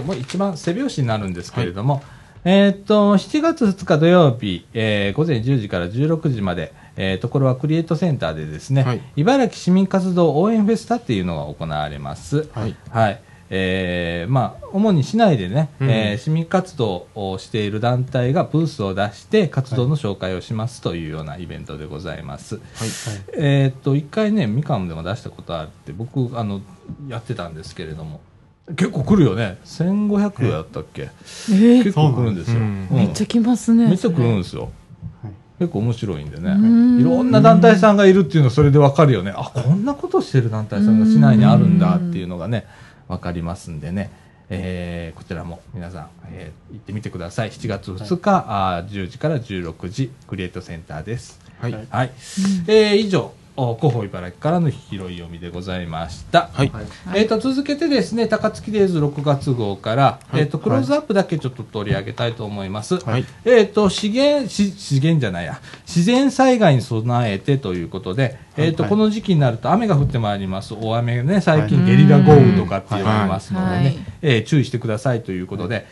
もう一番背拍子になるんですけれども、7月2日土曜日、午前10時から16時まで、これはクリエイトセンターでですね、茨城市民活動応援フェスタっていうのが行われます。はい。はい。主に市内でね、市民活動をしている団体がブースを出して活動の紹介をしますというようなイベントでございます。一回ね、みかんでも出したことあって、僕、やってたんですけれども、結構来るよね。1500だったっけ？結構来るんですよ。 めっちゃ来ますね。 めっちゃ来るんですよ。結構面白いんでね。いろんな団体さんがいるっていうのそれでわかるよね。あ、こんなことしてる団体さんが市内にあるんだっていうのがね、わかりますんでね。こちらも皆さん、行ってみてください。7月2日、10時から16時、クリエイトセンターです。はい。はい。以上。広報茨城からの拾い読みでございました。はい。続けてですね、高槻デイズ6月号から、クローズアップだけちょっと取り上げたいと思います。はい。資源じゃないや、自然災害に備えてということで、この時期になると雨が降ってまいります。大雨ね、最近ゲリラ豪雨とかって言われますのでね、注意してくださいということで、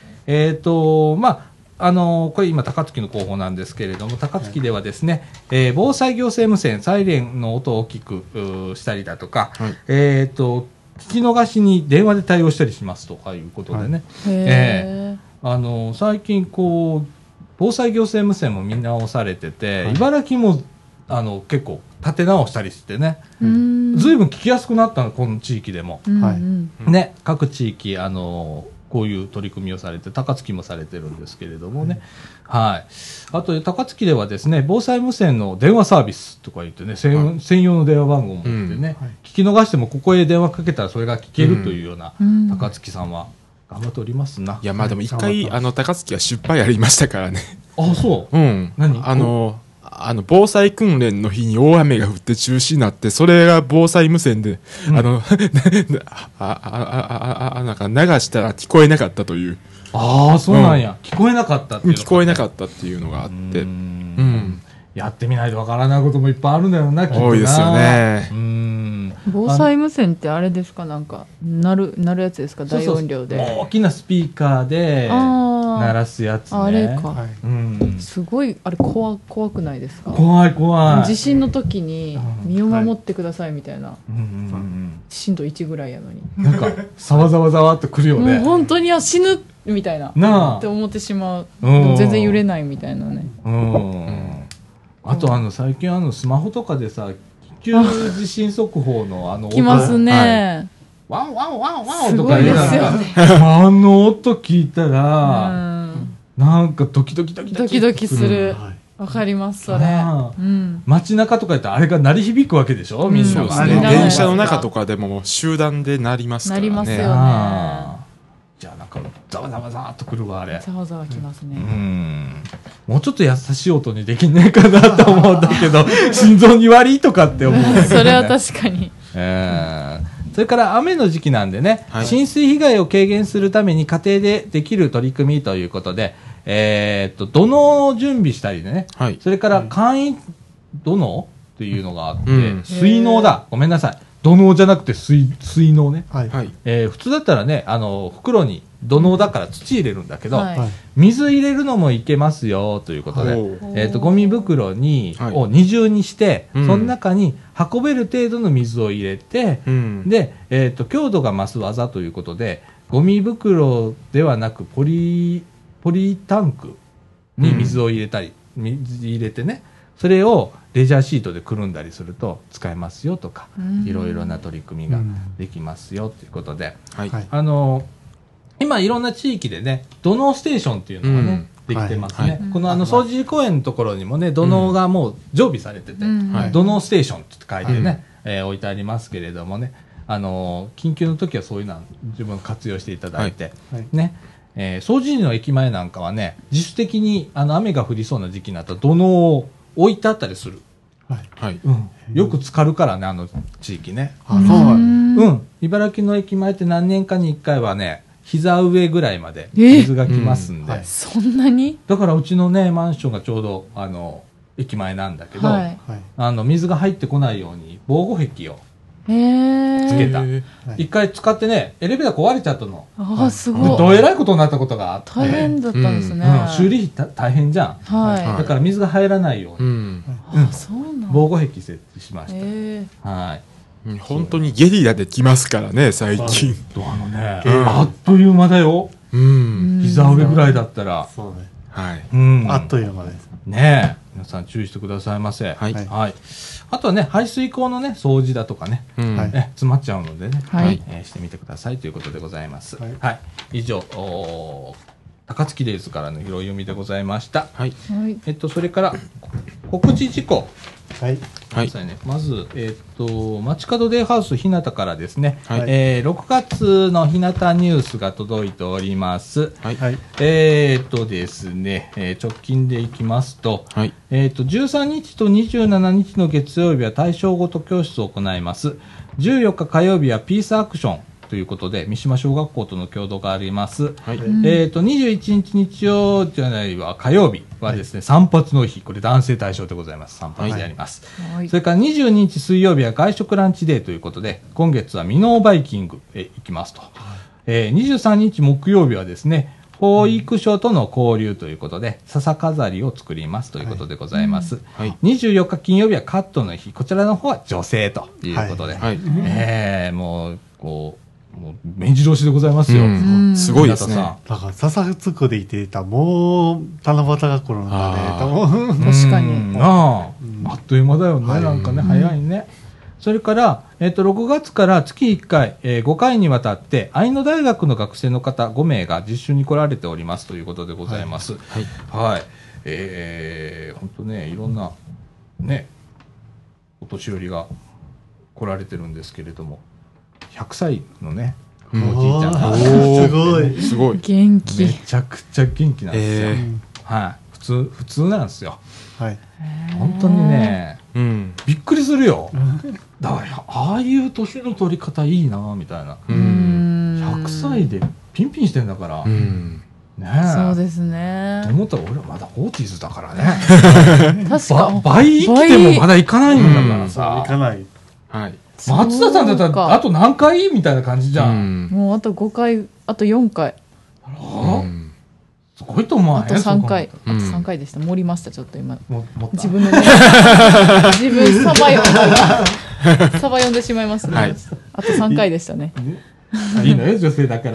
これ今高槻の広報なんですけれども、高槻ではですね、防災行政無線、サイレンの音を大きくしたりだとか、聞き逃しに電話で対応したりしますとかいうことでね、最近こう、防災行政無線もみんな押されてて、茨城も結構立て直したりしてね、ずいぶん聞きやすくなったの、この地域でも。ね、各地域、こういう取り組みをされて、高槻もされてるんですけれどもね。はい。あと、高槻ではですね、防災無線の電話サービスとか言ってね、専用の電話番号を持ってね、聞き逃してもここへ電話かけたらそれが聞けるというような、高槻さんは頑張っておりますな。 いや、まあでも一回、高槻は失敗ありましたからね。 あ、そう？ うん。何？防災訓練の日に大雨が降って中止になって、それが防災無線で、なんか流したら聞こえなかったという。 ああ、そうなんや。聞こえなかったっていう。 聞こえなかったっていうのがあって。 やってみないとわからないこともいっぱいあるんだよな、きっとな。 多いですよね。 防災無線ってあれですか、なんか、鳴るやつですか、大音量で。 大きなスピーカーで鳴らすやつね。 あれか。すごい、あれ怖くないですか？ 怖い。 地震の時に身を守ってくださいみたいな。震度1ぐらいやのに。 なんか、ざわっとくるよね。 もう本当に死ぬみたいな。って思ってしまう。でも全然揺れないみたいなね。あと最近スマホとかでさ、緊急地震速報の音来ますね。 ワンとか言うな音聞いたら、なんかドキドキする。わかります、それ。街中とかやったらあれが鳴り響くわけでしょ、みんなが。 電車の中とかでも集団で鳴りますからね。 鳴りますよね。 じゃあなんかざわっとくるわ、あれ。 ざわきますね。 もうちょっと優しい音にできんねえかなと思うんだけど、心臓に悪いとかって思うんだけど、ね。 それは確かに。 それから雨の時期なんでね、浸水被害を軽減するために家庭でできる取り組みということで、土のを準備したりね、それから簡易土のっていうのがあって、水のだ。ごめんなさい。土のうじゃなくて水のね。普通だったらね、袋に土のうだから土入れるんだけど、水入れるのもいけますよということで、ゴミ袋を二重にして、その中に運べる程度の水を入れて、で、強度が増す技ということで、ゴミ袋ではなくポリタンクに水を入れたり、水入れてね、それをレジャーシートでくるんだりすると使えますよとか、いろいろな取り組みができますよということで、 今いろんな地域でね、土のうステーションっていうのがね、できてますね。この掃除公園のところにもね、土のうがもう常備されてて、土のうステーションって書いてね、置いてありますけれどもね、緊急の時はそういうのは自分活用していただいて、ね、掃除時の駅前なんかはね、自主的に雨が降りそうな時期になったら土のうを置いてあったりする。 はい。 よく浸かるからね、地域ね。 そうなんうん。茨城の駅前って何年かに1回はね、膝上ぐらいまで水が来ますんで。 そんなに？ だからうちのね、マンションがちょうど、駅前なんだけど、水が入ってこないように防護壁をつけた。一回使ってね、エレベーター壊れちゃったの。 あ、すごい。 どえらいことになったことがあって。 大変だったんですね。 修理費大変じゃん。だから水が入らないように。防護壁設置しました。はい。 本当にゲリラで来ますからね、最近。 あっという間だよ。膝上ぐらいだったら。 そうね。 はい。 あっという間です。 ねえ。皆さん注意してくださいませ。 はい。 あとはね、排水溝のね、掃除だとかね、詰まっちゃうのでね、してみてくださいということでございます。はい。以上、高槻レースからの拾い読みでございました。はい。それから、告知事項。はい。まず、街角デイハウスひなたからですね、6月のひなたニュースが届いております。ですね、直近でいきますと、13日と27日の月曜日は対象ごと教室を行います。14日火曜日はピースアクションということで、三島小学校との共同があります。21日日曜じゃないわ、火曜日はですね、散髪の日。これ男性対象でございます。散髪であります。それから22日水曜日は外食ランチデーということで、今月はミノーバイキングへ行きますと。23日木曜日はですね、保育所との交流ということで、笹飾りを作りますということでございます。24日金曜日はカットの日。こちらの方は女性ということで、もう、もう目白押しでございますよ。 すごいですね。 だから笹作りでいたもう七夕が来るのかね。 確かに。 あっという間だよね。なんかね、早いね。それから、6月から月1回、5回にわたって、愛野大学の学生の方5名が実習に来られておりますということでございます。はい。本当ね、いろんな、ね、お年寄りが来られてるんですけれども、100歳のね、おじいちゃんが、 すごい。 元気。 めちゃくちゃ元気なんですよ。はい。普通なんですよ。はい。本当にね、びっくりするよ。だから、ああいう年の取り方いいな、みたいな。100歳でピンピンしてんだから。ねえ。 そうですね。 と思ったら俺はまだオーティスだからね。 確か倍生きてもまだいかないんだからさ。 いかない。 はい。 松田さんだったらあと何回みたいな感じじゃん。 もうあと5回、あと4回。 すごいと思わへん？ あと3回。あと3回でした。盛りました、ちょっと今。自分の自分サバ読んでしまいますね。あと3回でしたね。 いいのよ、女性だから。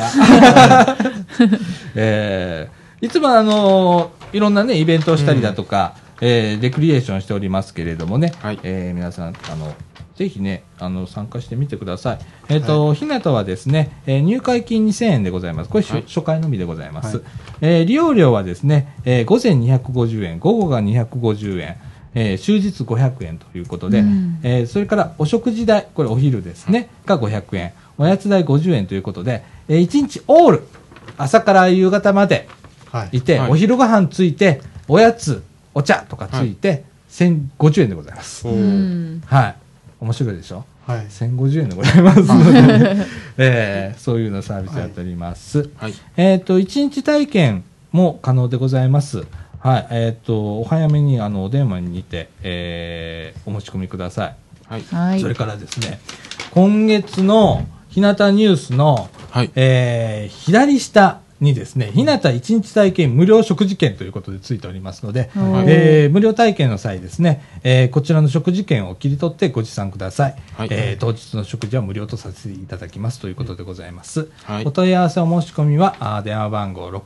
いつもいろんなね、イベントをしたりだとか、レクリエーションしておりますけれどもね、皆さん、ぜひね、参加してみてください。ひなたはですね、入会金2000円でございます。これ、初回のみでございます。利用料はですね、午前250円、午後が250円、終日500円ということで、それからお食事代、これお昼ですね、が500円、おやつ代50円ということで、1日オール、朝から夕方までいて、お昼ご飯ついて、おやつ、お茶とかついて、1050円でございます。はい。面白いでしょ？はい。1050円でございますので、そういうのサービスやっております。はい。1日体験も可能でございます。はい。お早めにお電話にて、お持ち込みください。はい。それからですね、今月の日向ニュースの、左下にですね、日向1日体験無料食事券ということでついておりますので、無料体験の際ですね、こちらの食事券を切り取ってご持参ください。当日の食事は無料とさせていただきますということでございます。お問い合わせお申し込みは、電話番号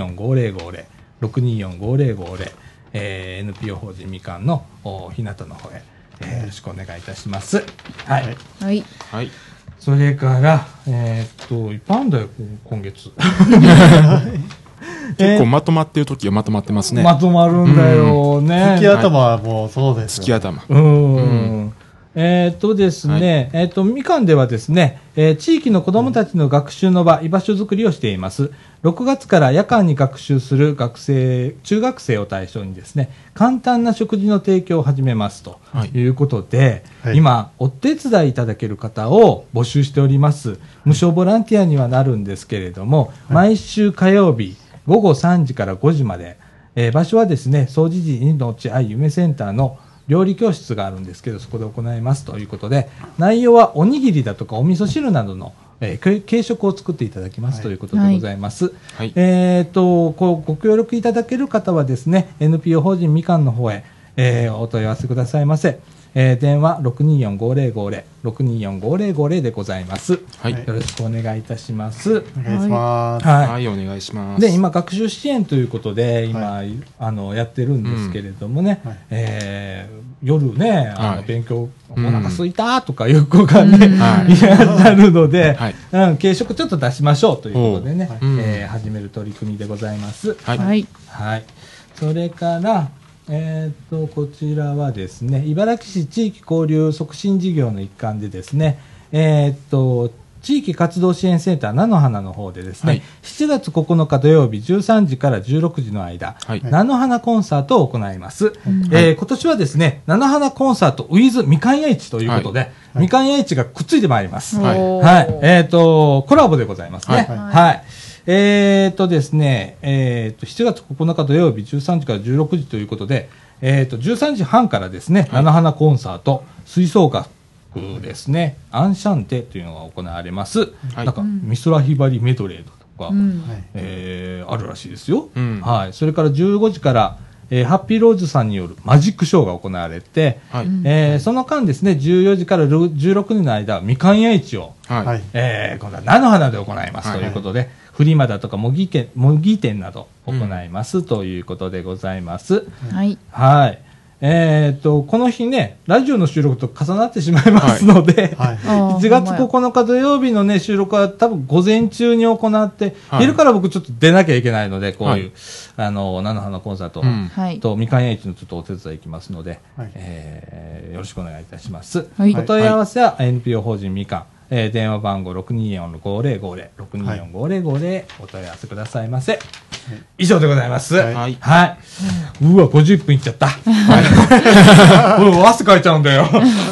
624-5050、624-5050、NPO 法人みかんの日向の方へ、よろしくお願いいたします。はい。 はい。はい。 それから、いっぱいあるんだよ、今月。 結構まとまってる時はまとまってますね。 まとまるんだよね。 月頭はもうそうですよ。 月頭。 ですね、みかんではですね、地域の子どもたちの学習の場、居場所づくりをしています。6月から夜間に学習する中学生を対象にですね、簡単な食事の提供を始めますということで、今、お手伝いいただける方を募集しております。無償ボランティアにはなるんですけれども、毎週火曜日、午後3時から5時まで、場所はですね、総持寺命愛夢センターの料理教室があるんですけど、そこで行いますということで、内容はおにぎりだとかお味噌汁などの、軽食を作っていただきますということでございます。ご協力いただける方はですね、NPO 法人みかんの方へ、お問い合わせくださいませ。電話 624-5050 624-5050でございます。よろしくお願いいたします。 お願いします。 はい、お願いします。 で、今、学習支援ということで、今、やってるんですけれどもね、夜ね、勉強、お腹すいたとかいう子がね、いらっしゃるので、軽食ちょっと出しましょうということでね、始める取り組みでございます。はい。それから、こちらはですね、茨城市地域交流促進事業の一環でですね、地域活動支援センター菜の花の方でですね、7月9日土曜日13時から16時の間、菜の花コンサートを行います。今年はですね、菜の花コンサート with みかん屋市ということで、みかん屋市がくっついてまいります。コラボでございますね。ですね、7月9日土曜日13時から16時ということで、13時半からですね、菜の花コンサート、吹奏楽ですね、アンシャンテというのが行われます。なんか、美空ひばりメドレーだとか、あるらしいですよ。それから15時から、ハッピーローズさんによるマジックショーが行われて、その間ですね、14時から16時の間、みかん屋市を、今度は菜の花で行いますということで、フリマだとか模擬店など行いますということでございます。この日ね、ラジオの収録と重なってしまいますので、1月9日土曜日のね、収録は多分午前中に行って、昼から僕ちょっと出なきゃいけないので、こういう、菜の花コンサートとみかん屋市のちょっとお手伝い行きますので、よろしくお願いいたします。お問い合わせは NPO 法人みかん。電話番号 624-5050 624-5050 お問い合わせくださいませ。以上でございます。うわ、50分いっちゃった。汗かいちゃうんだよ。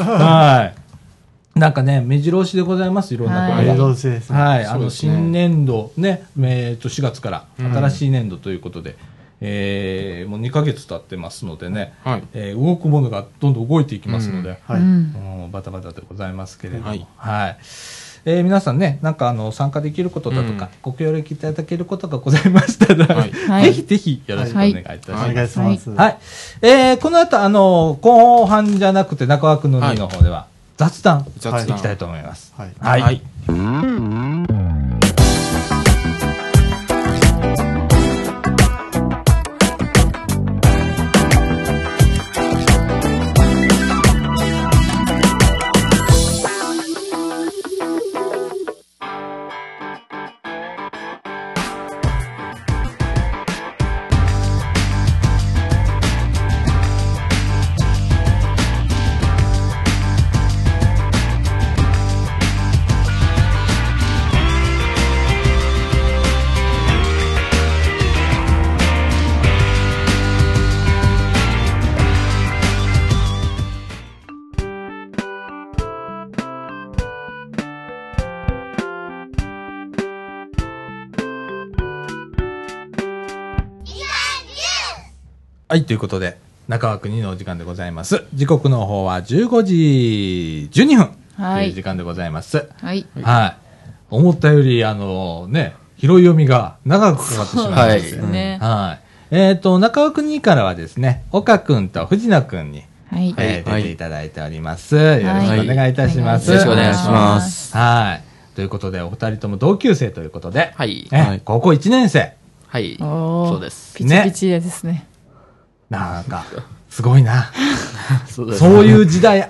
なんかね、目白押しでございます。いろんなことが。目白押しですね。新年度ね、4月から新しい年度ということで、もう2ヶ月経ってますのでね、動くものがどんどん動いていきますので、バタバタでございますけれども、皆さんね、なんか参加できることだとか、ご協力いただけることがございましたら、ぜひぜひよろしくお願いいたします。お願いします。この後、後半じゃなくて中枠の2の方では、雑談いきたいと思います。はい、ということで、中枠2のお時間でございます。時刻の方は15時12分という時間でございます。思ったより、ね、拾い読みが長くかかってしまいましたね。中枠2からはですね、岡くんと藤野くんに、出ていただいております。よろしくお願いいたします。 よろしくお願いします。 ということで、お二人とも同級生ということで、高校1年生。 そうです。 ピチピチですね。 なんか、すごいな。そういう時代あった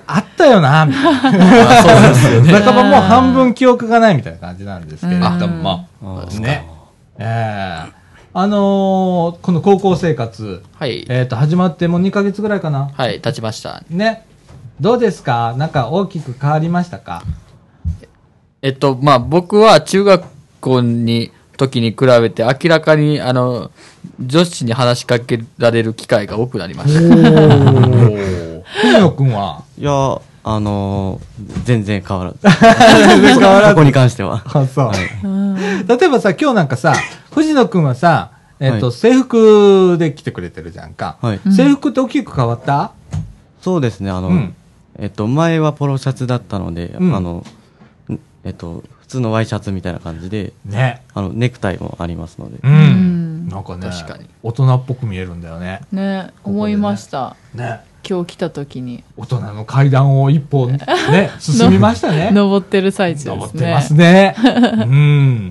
ったよな、みたいな。そうですよね。半ばもう半分記憶がないみたいな感じなんですけれども、ね。この高校生活、 はい。 始まってもう2ヶ月ぐらいかな。 はい、経ちました。 ね。どうですか？なんか大きく変わりましたか？ まあ、僕は中学校時に比べて明らかに、女子に話しかけられる機会が多くなりました。 藤野くんは？ いや、全然変わらず。全然変わらず。ここに関しては。 あ、そう。例えばさ、今日なんかさ、藤野くんはさ、制服で来てくれてるじゃんか。制服って大きく変わった？ そうですね、前はポロシャツだったので、普通のワイシャツみたいな感じで、 ね。 ネクタイもありますので。 なんかね、 確かに大人っぽく見えるんだよね。 ね、思いました。 ね。 今日来た時に。 大人の階段を一歩ね、進みましたね。 登ってる最中ですね。 登ってますね。うん。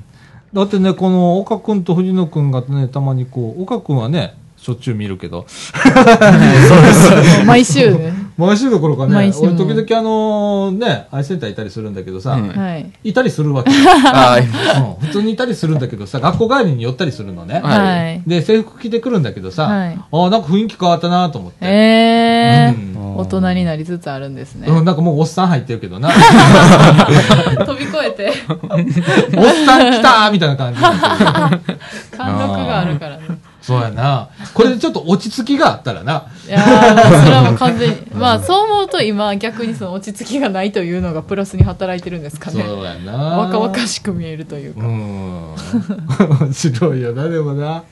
だってね、この岡くんと藤野くんがね、たまにこう、岡くんはね、しょっちゅう見るけど。そうです。毎週ね。 毎週どころかね、俺時々ね、アイセンターいたりするんだけどさ、いたりするわけ。普通にいたりするんだけどさ、学校帰りに寄ったりするのね。で、制服着てくるんだけどさ、なんか雰囲気変わったなと思って。 大人になりつつあるんですね。 なんかもうおっさん入ってるけどな。 飛び越えて。 おっさん来たーみたいな感じ。 貫禄があるからね。 そうやな。これでちょっと落ち着きがあったらな。 いやー、それはもう完全に。まあ、そう思うと今、逆にその落ち着きがないというのがプラスに働いてるんですかね。 そうやな。 若々しく見えるというか。 面白いよな、でもな。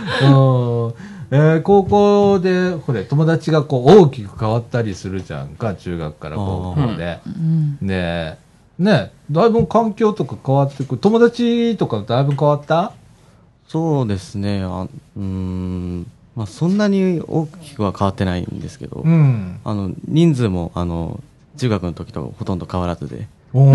高校で、これ、友達がこう、大きく変わったりするじゃんか、中学から高校で。で、ね、だいぶ環境とか変わってくる。友達とかだいぶ変わった？ そうですね。まあ、そんなに大きくは変わってないんですけど、人数も、中学の時とほとんど変わらずで。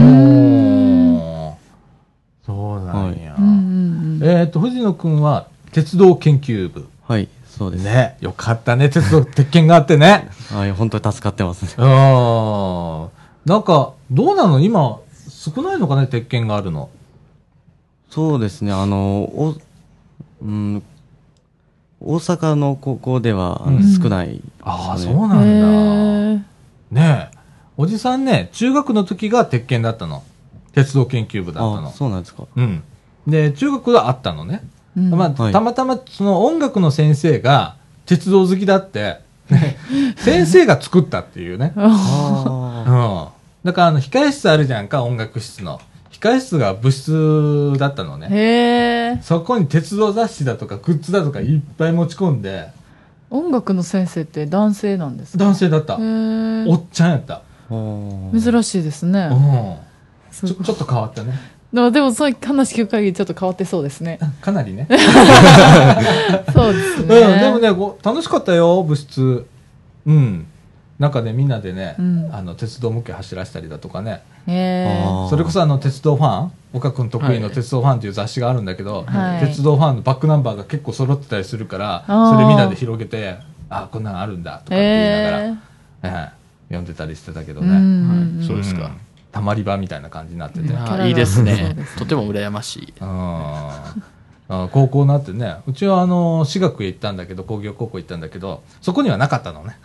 そうなんや。藤野くんは、鉄道研究部。 はい、そうです。 ね。よかったね、鉄道、鉄拳があってね。 はい、本当に助かってますね。 なんか、どうなの今、少ないのかね、鉄拳があるの。 そうですね、大阪の高校では少ないですね。 ああ、そうなんだ。ねえ。おじさんね、中学の時が鉄拳だったの。鉄道研究部だったの。 そうなんですか。 で、中学はあったのね。まあ、たまたまその音楽の先生が鉄道好きだって、先生が作ったっていうね。だから控え室あるじゃんか、音楽室の。控え室が部室だったのね。そこに鉄道雑誌だとかグッズだとかいっぱい持ち込んで。 音楽の先生って男性なんですか？ 男性だった。おっちゃんやった。 珍しいですね。 ちょっと変わったね。 でもそういう話聞く限りちょっと変わってそうですね。 かなりね。 そうですね。 でもね、楽しかったよ、部室。なんかね、みんなでね、鉄道向け走らせたりだとかね。それこそ鉄道ファン、岡君得意の鉄道ファンっていう雑誌があるんだけど、鉄道ファンのバックナンバーが結構揃ってたりするから、それみんなで広げて、こんなのあるんだとかって言いながら、読んでたりしてたけどね。 そうですか。 たまり場みたいな感じになってて。 いいですね。とても羨ましい。 高校になってね、うちは私学へ行ったんだけど、工業高校行ったんだけど、そこにはなかったのね。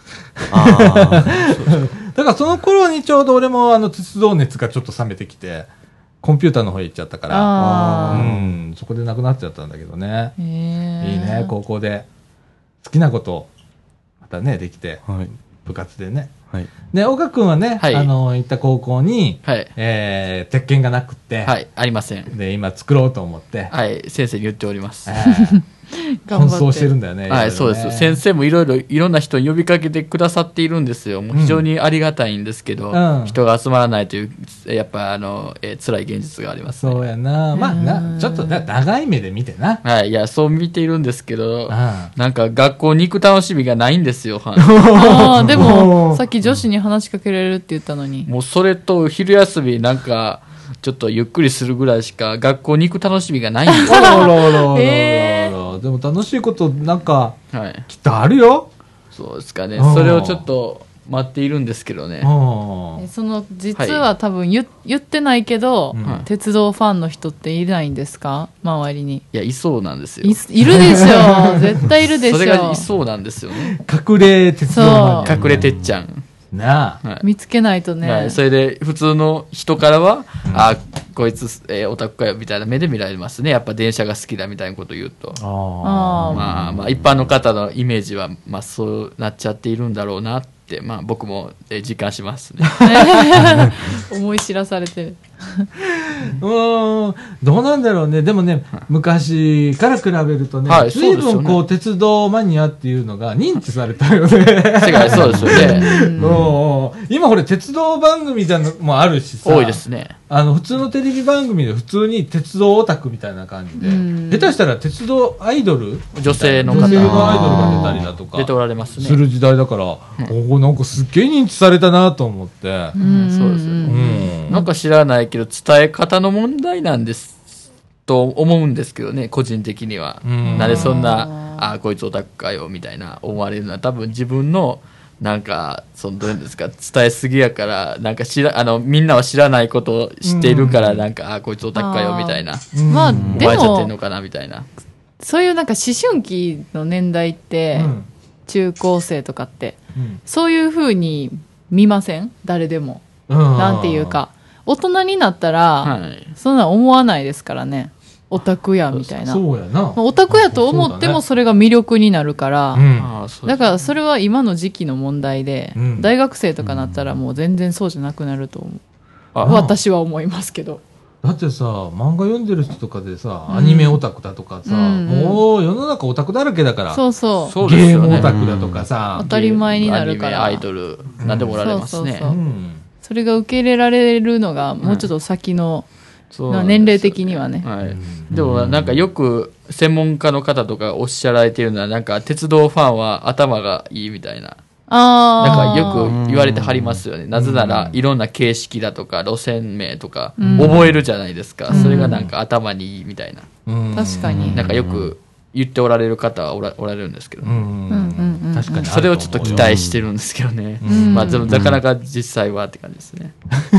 だからその頃にちょうど俺も鉄道熱がちょっと冷めてきて、コンピューターの方へ行っちゃったから、そこでなくなっちゃったんだけどね。いいね、高校で。好きなことまたね、できて、部活でね。で、岡君はね、行った高校に、鉄拳がなくって、 ありません。 で、今作ろうと思って、 先生に言っております。 奔走してるんだよね。 そうです。先生もいろんな人に呼びかけてくださっているんですよ。もう非常にありがたいんですけど、人が集まらないという、やっぱ辛い現実がありますね。 そうやな。まあ、ちょっと長い目で見てな。 いや、そう見ているんですけど、なんか学校に行く楽しみがないんですよ。 でも、さっき女子に話しかけられるって言ったのに。 もうそれと昼休みなんか、ちょっとゆっくりするぐらいしか学校に行く楽しみがないんですよ。 でも楽しいことなんか、きっとあるよ。 そうですかね。それをちょっと待っているんですけどね。 その実は多分言ってないけど、鉄道ファンの人っていないんですか、周りに。いや、いそうなんですよ。 いるでしょ絶対いるでしょ。 それがいそうなんですよね。 隠れ鉄道隠れてっちゃんなあ、 見つけないとね。 それで普通の人からは、あ、こいつ、オタクかよみたいな目で見られますね。やっぱ電車が好きだみたいなことを言うと。まあ一般の方のイメージは、まあそうなっちゃっているんだろうなって、まあ僕も実感しますね。 思い知らされてる。 どうなんだろうね。でもね、昔から比べるとね、随分こう鉄道マニアっていうのが認知されたよね。 世界そうですよね。 今これ鉄道番組じゃもあるしさ。 多いですね。 普通のテレビ番組で普通に鉄道オタクみたいな感じで、下手したら鉄道アイドル、 女性の方アイドルが出たりだとか出ておられますね。 する時代だから、なんかすっげえ認知されたなと思って。 そうですよね。なんか知らないけど伝え方の問題なんですと思うんですけどね、個人的には。なんでそんなこいつオタクかよみたいな思われるのは、多分自分のなんかどういうんですか、伝えすぎやから、なんかみんなは知らないことを知っているから、なんかこいつオタクかよみたいな、 まあでも思われちゃってんのかなみたいな。 そういうなんか思春期の年代って、中高生とかって、そういう風に見ません？誰でも。なんていうか、大人になったら、そんな思わないですからね。オタクやみたいな。 そうやな。 オタクやと思ってもそれが魅力になるから、だからそれは今の時期の問題で、大学生とかなったらもう全然そうじゃなくなると思う。私は思いますけど。 だってさ、漫画読んでる人とかでさ、アニメオタクだとかさ、もう世の中オタクだらけだから。 そうそう。 ゲームオタクだとかさ。 当たり前になるから。 アイドル、なんでもおられますね。 それが受け入れられるのがもうちょっと先の、年齢的にはね。 でもなんかよく専門家の方とかおっしゃられているのは、なんか鉄道ファンは頭がいいみたいな。なんかよく言われてはりますよね。なぜならいろんな形式だとか路線名とか覚えるじゃないですか。それがなんか頭にいいみたいな。 確かに。 なんかよく言っておられる方はおられるんですけど、 確かにそれをちょっと期待してるんですけどね。まあでもなかなか実際はって感じですね。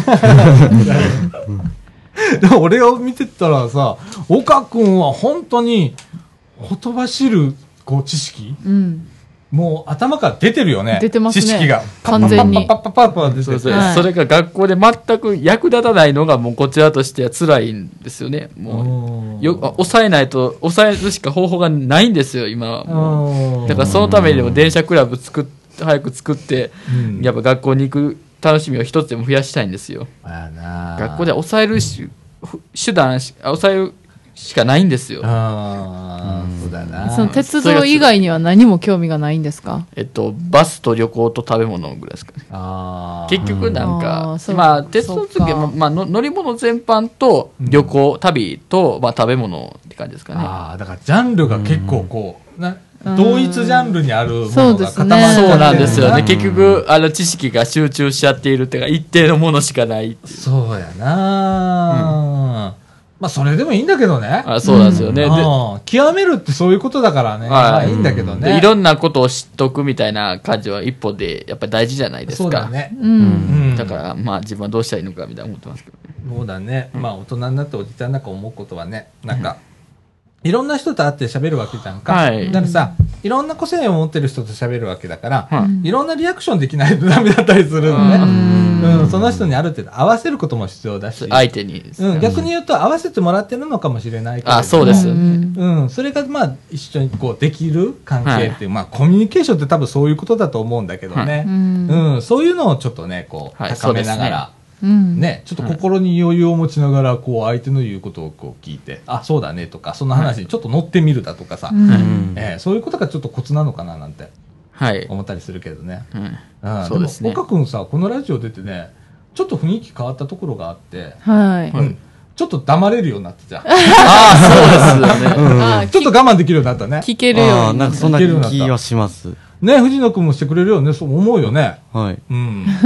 でも俺を見てたらさ、岡君は本当にほとばしるこう知識、もう頭から出てるよね。 出てますね。 知識が完全に。 パッパッパッパッ出てる。 それが学校で全く役立たないのがもうこちらとしては辛いんですよね。もう抑えるしか方法がないんですよ今は。だからそのためにでも電車クラブ早く作って、やっぱ学校に行く楽しみを一つでも増やしたいんですよ。学校で抑える手段抑えるしかないんですよ。 そうだな。 その鉄道以外には何も興味がないんですか？ バスと旅行と食べ物ぐらいですかね。結局なんか、まあ鉄道次はまあ乗り物全般と旅行、旅とまあ食べ物って感じですかね。 だからジャンルが結構こう同一ジャンルにあるものが固まってそうなんですよね。結局知識が集中しちゃっているっていうか、一定のものしかないっていう。 そうやな。まあそれでもいいんだけどね。 そうなんですよね。 極めるってそういうことだからね。まあいいんだけどね。 いろんなことを知っとくみたいな感じは一歩でやっぱり大事じゃないですか。 そうだね。 だからまあ自分はどうしたらいいのかみたいな思ってますけどね。 そうだね。まあ大人になっておじちゃんなんか思うことはね、なんかいろんな人と会って喋るわけじゃんか。だからさ、いろんな個性を持ってる人と喋るわけだから、いろんなリアクションできないとダメだったりするのね。その人にある程度合わせることも必要だし。 相手に。 逆に言うと合わせてもらってるのかもしれないけど。 そうですよね。 それがまあ一緒にこうできる関係っていう、まあコミュニケーションって多分そういうことだと思うんだけどね。そういうのをちょっとね、こう高めながら。ね、ちょっと心に余裕を持ちながらこう相手の言うことをこう聞いて、そうだねとか、その話にちょっと乗ってみるだとかさ、そういうことがちょっとコツなのかななんて思ったりするけどね。そうですね。岡君さ、このラジオ出てね、ちょっと雰囲気変わったところがあって、ちょっと黙れるようになってた。 そうですよね。 ちょっと我慢できるようになったね。 聞けるように。 なんかそんな気はします。 ね、藤野君もしてくれるよね、そう思うよね。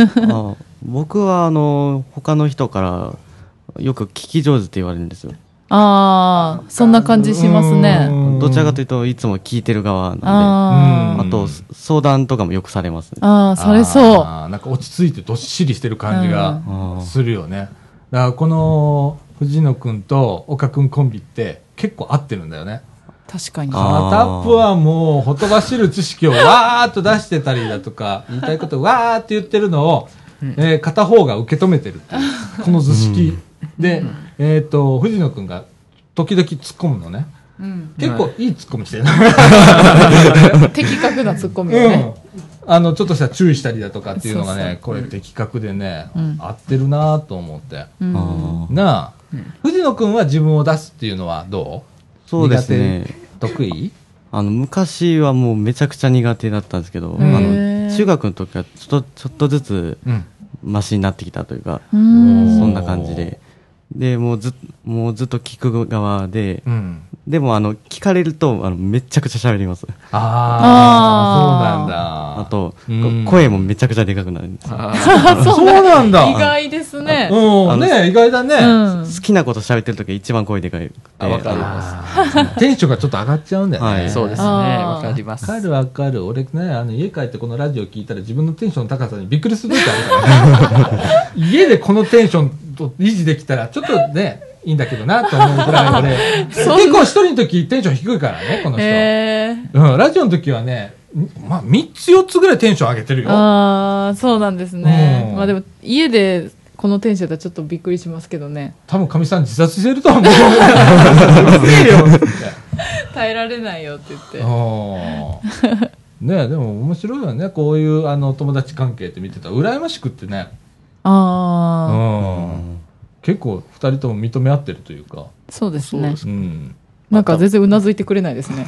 僕は他の人からよく聞き上手って言われるんですよ。 ああ、そんな感じしますね。 どちらかというといつも聞いてる側なんで、あと相談とかもよくされますね。 ああ、されそう。 なんか落ち着いてどっしりしてる感じがするよね。だからこの藤野くんと岡くんコンビって結構合ってるんだよね。 確かに。 片っぽはもうほとばしる知識をわーっと出してたりだとか、言いたいことをわーって言ってるのを、片方が受け止めてるっていう、この図式で、藤野くんが時々突っ込むのね。結構いい突っ込みしてる。 的確な突っ込みをね。 ちょっとした注意したりだとかっていうのがね、これ的確でね、合ってるなと思って。なあ、藤野くんは自分を出すっていうのはどう？ そうですね。 得意？ 昔はもうめちゃくちゃ苦手だったんですけど、中学の時はちょっとずつマシになってきたというか、そんな感じで。で、もうずっと聞く側で、でも聞かれるとめちゃくちゃ喋ります。 ああ、そうなんだ。 あと、声もめちゃくちゃでかくなるんです。 そうなんだ。 意外ですね。 ね、意外だね。 好きなこと喋ってる時一番声でかい。 わかります。 テンションがちょっと上がっちゃうんだよね。 そうですね。わかります。 わかるわかる。俺ね、家帰ってこのラジオ聞いたら自分のテンションの高さにびっくりする時あるからね。家でこのテンションと維持できたらちょっとね、いいんだけどなと思うぐらいので、結構一人の時テンション低いからね、この人。ラジオの時はね、まあ3つ4つぐらいテンション上げてるよ。 ああ、そうなんですね。まあでも家でこのテンションだったらちょっとびっくりしますけどね。 多分かみさん自殺してると思う。 耐えられないよって言って。 ね、でも面白いよね、こういう友達関係って見てたら羨ましくってね。結構2人とも認め合ってるというか。 そうですね。なんか全然うなずいてくれないですね。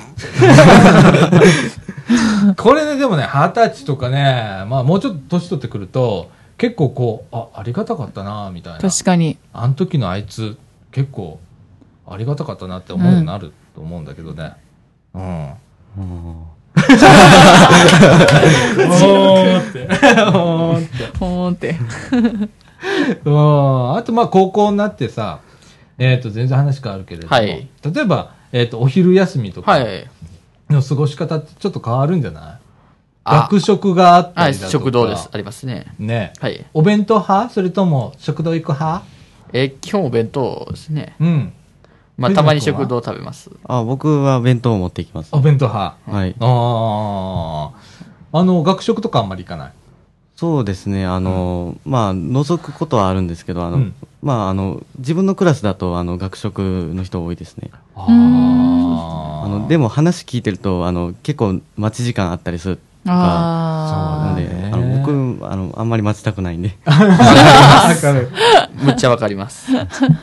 これね、でもね、20歳とかね、まあもうちょっと年取ってくると、結構こう、ありがたかったな、みたいな。 確かに。 あの時のあいつ、結構、ありがたかったなって思うようになると思うんだけどね。 ほーんって。 あとまあ高校になってさ、全然話変わるけれども、例えば、お昼休みとかの過ごし方ってちょっと変わるんじゃない？学食があったりだとか。 食堂です。ありますね。 ね。お弁当派？それとも食堂行く派？ 基本お弁当ですね。まあたまに食堂食べます。 僕は弁当を持っていきます。 お弁当派？ はい。 学食とかあんまり行かない？ そうですね。まあ、覗くことはあるんですけど、まあ、自分のクラスだと、学食の人多いですね。でも話聞いてると、結構待ち時間あったりするとか、なので、僕、あんまり待ちたくないんで。 むっちゃわかります。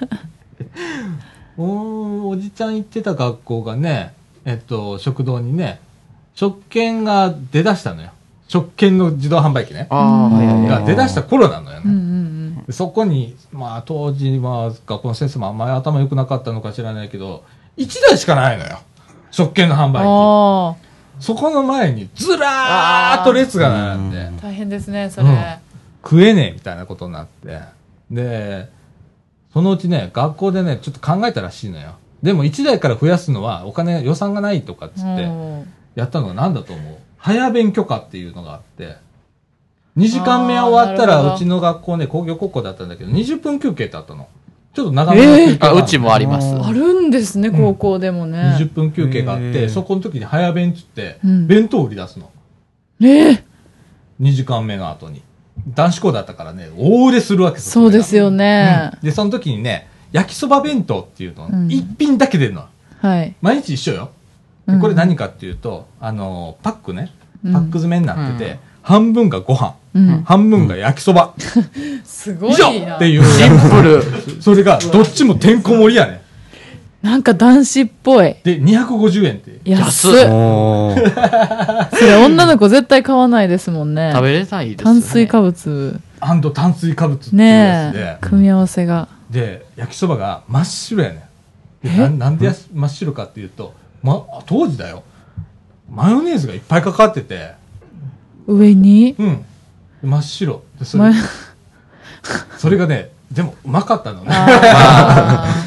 おじちゃん行ってた学校がね、食堂にね、食券が出だしたのよ。食券の自動販売機ね。が出だした頃なのよね。そこに、まあ当時は学校の先生もあんまり頭良くなかったのか知らないけど、1台しかないのよ。食券の販売機。そこの前にずらーっと列が並んで。 大変ですね、それ。 食えねえみたいなことになって。で、そのうちね、学校でね、ちょっと考えたらしいのよ。でも1台から増やすのは予算がないとかっつって、やったのが何だと思う？早弁許可っていうのがあって、2時間目終わったら、うちの学校ね、工業高校だったんだけど、20分休憩ってあったの。ちょっと長めの休憩うちもあります。 あるんですね、高校でもね。 20分休憩があって、そこの時に早弁っつって、弁当売り出すの。2時間目の後に。男子校だったからね、大売れするわけですよ。 そうですよね。 で、その時にね、焼きそば弁当っていうの、一品だけ出るの。毎日一緒よ。これ何かっていうと、パックね、パック詰めになってて、半分がご飯、半分が焼きそば。 すごいな。 以上っていう。シンプル。それが、どっちもてんこ盛りやね。 なんか男子っぽい。 で、250円って。 安っ。それ女の子絶対買わないですもんね。 食べれないですよね。 炭水化物。 炭水化物っていうやつで。 組み合わせが。 で、焼きそばが真っ白やねん。なんで真っ白かっていうと、当時だよ。マヨネーズがいっぱいかかってて。 上に？ 真っ白。でそれがね、でもうまかったのね。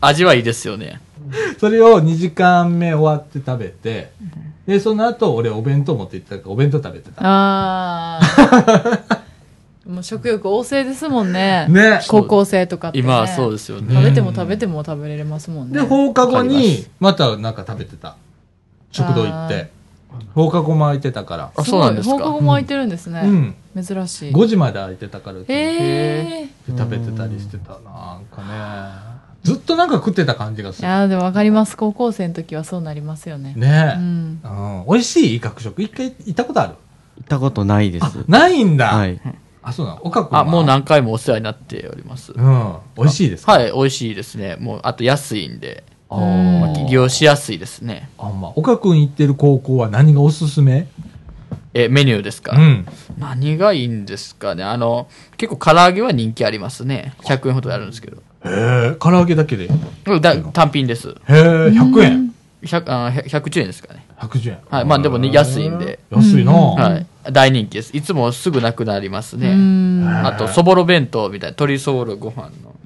味はいいですよね。 それを2時間目終わって食べて、で、その後、俺お弁当持って行ったから、お弁当食べてた。 ああ。もう食欲旺盛ですもんね。 ね。 高校生とかってね。 今はそうですよね。 食べても食べても食べれますもんね。 で、放課後に、またなんか食べてた。食堂行って。放課後も空いてたから。 あ、そうなんですか。 放課後も空いてるんですね。うん。珍しい。 5時まで空いてたから。 食べてたりしてた。なんかね。ずっとなんか食ってた感じがする。 いやでもわかります。高校生の時はそうなりますよね。 ねえ。うん。美味しい学食。一回行ったことある？ 行ったことないです。 ないんだ。 はい。 あ、そうなの？岡君は？ もう何回もお世話になっております。 うん。美味しいですか？ はい、美味しいですね。もう、あと安いんで。起業しやすいですね。 岡君行ってる高校は何がおすすめ？ メニューですか？うん。何がいいんですかね。結構唐揚げは人気ありますね。100円ほどであるんですけど。 唐揚げだけで？ 単品です。 へえ、100円 ？110円ですかね。 110円。 はい。まあでもね、安いんで。 安いな。 はい。大人気です。いつもすぐなくなりますね。あと、そぼろ弁当みたいな、鶏そぼろご飯の。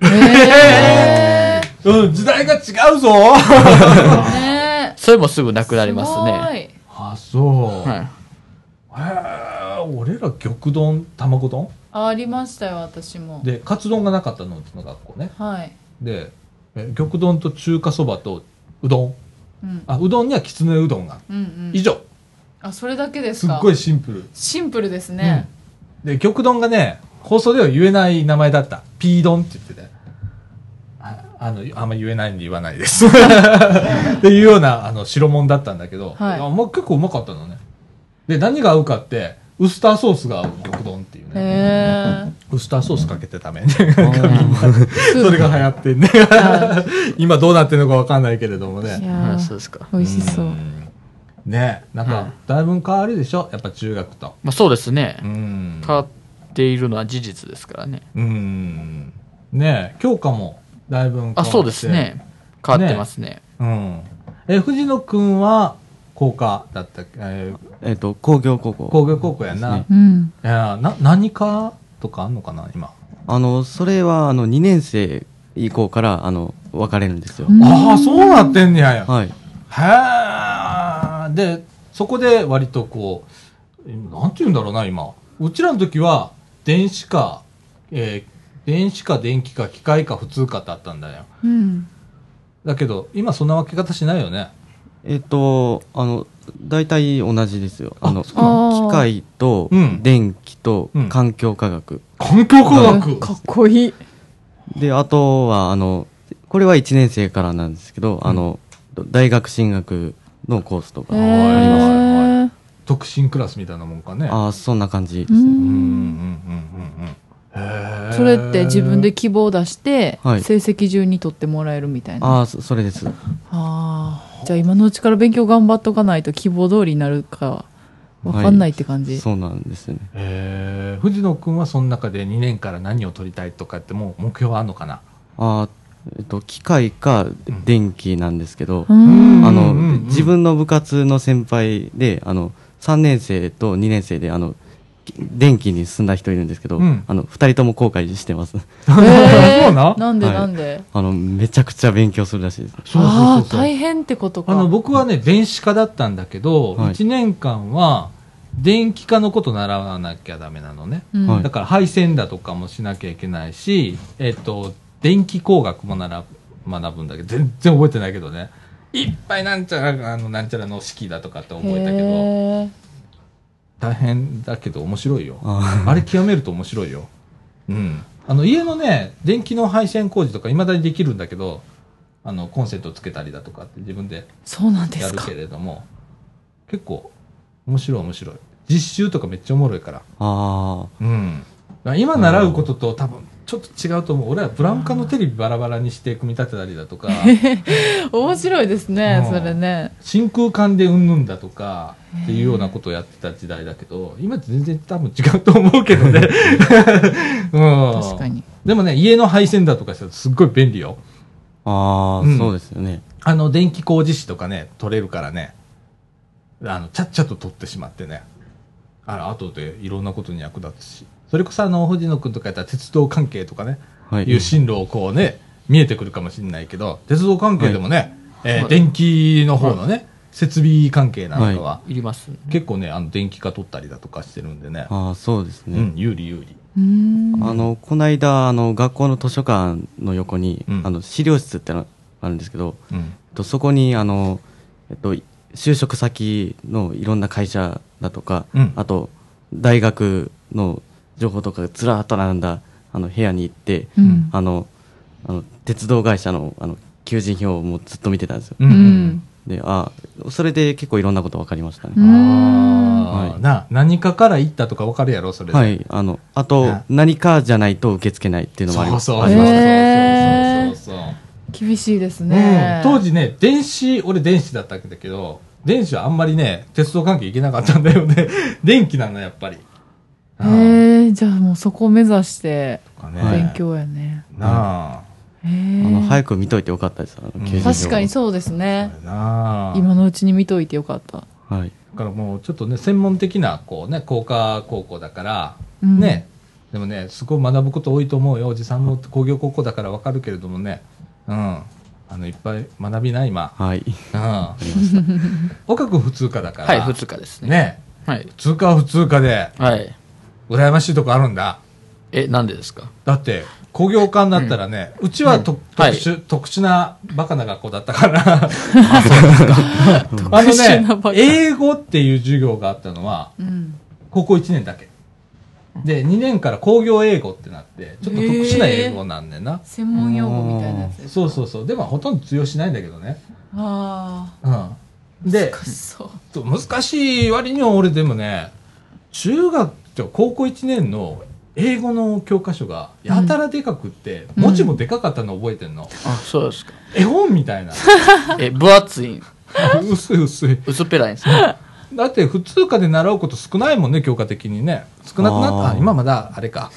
時代が違うぞそれもすぐなくなりますね。 あ、そう。俺ら玉丼、卵丼ありましたよ、私も。 で、カツ丼がなかったの、うちの学校ね。 はい。 で、玉丼と中華そばとうどん。うどんにはきつねうどんが。以上。 あ、それだけですか？ すっごいシンプル。 シンプルですね。 で、玉丼がね、放送では言えない名前だった。ピー丼って言ってて。あんま言えないんで言わないです。っていうような、白物だったんだけど、結構うまかったのね。で、何が合うかって、ウスターソースが合う玉丼っていうね。ウスターソースかけて食べね。それが流行ってんね。今どうなってるのかわかんないけれどもね。 そうですか。 美味しそう。 ね、なんか、だいぶ変わるでしょ、やっぱ中学と。 まあそうですね。変わっているのは事実ですからね。 ね、教科もだいぶ変わって。 あ、そうですね。変わってますね。 藤野くんは工科だったっけ？ 工業高校。 工業高校やな。何科とかあんのかな、今。 それは、2年生以降から、分かれるんですよ。 ああ、そうなってんねや。 はい。 へえ。で、そこで割とこう、なんて言うんだろうな、今。うちらの時は、電子か、電気か、機械か、普通かってあったんだよ。だけど、今そんな分け方しないよね。 大体同じですよ。機械と、電気と、環境科学。 環境科学かっこいい。 で、あとは、これは1年生からなんですけど、大学進学のコースとかあります。 特進クラスみたいなもんかね。 ああ、そんな感じですね。 それって自分で希望を出して、成績順に取ってもらえるみたいな。 ああ、それです。 じゃあ今のうちから勉強頑張っとかないと希望通りになるかわかんないって感じ。 そうなんですね。 藤野くんはその中で2年から何を取りたいとかってもう目標あるのかな？ 機械か電気なんですけど、自分の部活の先輩で、3年生と2年生で、電気に進んだ人いるんですけど、2人とも後悔してます。 そうな？ なんでなんで？ めちゃくちゃ勉強するらしいです。 大変ってことか。 僕はね、電子科だったんだけど、1年間は、電気科のこと習わなきゃダメなのね。だから配線だとかもしなきゃいけないし、電気工学も学ぶんだけど、全然覚えてないけどね。いっぱいなんちゃらの式だとかって覚えたけど、大変だけど面白いよ。あれ極めると面白いよ。家のね、電気の配線工事とか未だにできるんだけど、コンセントつけたりだとかって自分でやるけれども、結構面白い。実習とかめっちゃおもろいから。今習うことと多分ちょっと違うと思う。俺はブラウン管のテレビバラバラにして組み立てたりだとか。 面白いですね、それね。 真空管でうんぬんだとかっていうようなことをやってた時代だけど、今全然多分違うと思うけどね。 確かに。でもね、家の配線だとかしたらすっごい便利よ。 そうですよね。 電気工事士とかね、取れるからね、ちゃっちゃと取ってしまってね。後でいろんなことに役立つし。それこそ藤野くんとかやったら鉄道関係とかね、いう進路をこうね、 見えてくるかもしれないけど、鉄道関係でもね、電気の方のね、設備関係なんかは、 いります、 結構ね、電気化取ったりだとかしてるんでね。 ああ、そうですね。 有利有利。 この間、学校の図書館の横に、資料室ってのあるんですけど、そこに、就職先のいろんな会社だとか、あと、大学の情報とかがずらーっと並んだ、部屋に行って、鉄道会社の、求人票をもうずっと見てたんですよ。で、それで結構いろんなこと分かりましたね。 何かから行ったとか分かるやろ、それで。 はい。あと、何かじゃないと受け付けないっていうのもあります。 そう。 厳しいですね。 当時ね、俺電子だったんだけど、電子はあんまりね、鉄道関係行けなかったんだよね。電気なの、やっぱり。 じゃあもうそこを目指して、勉強やね。 早く見といてよかったです。 確かにそうですね。今のうちに見といてよかった。 はい。 だからもうちょっとね、専門的な、工科高校だから、ね、でもね、すごい学ぶこと多いと思うよ。おじさんも工業高校だからわかるけれどもね、いっぱい学びない、今。 はい。 岡君普通科だから。 はい、普通科ですね。 ね。 はい。 普通科は普通科で、 はい。 羨ましいとこあるんだ。 なんでですか？ だって、工業科になったらね、うちは特殊なバカな学校だったから、英語っていう授業があったのは、高校1年だけ。で、2年から工業英語ってなって、ちょっと特殊な英語なんだよな。 専門用語みたいなやつです。 そう。でもほとんど通用しないんだけどね。で、難しい割には俺でもね、高校1年の英語の教科書がやたらでかくって、文字もでかかったの覚えてんの。 そうですか。 絵本みたいな。 分厚い。 薄い。 薄っぺらいんですね。 だって普通科で習うこと少ないもんね、教科的にね。少なくなった。今まだあれか。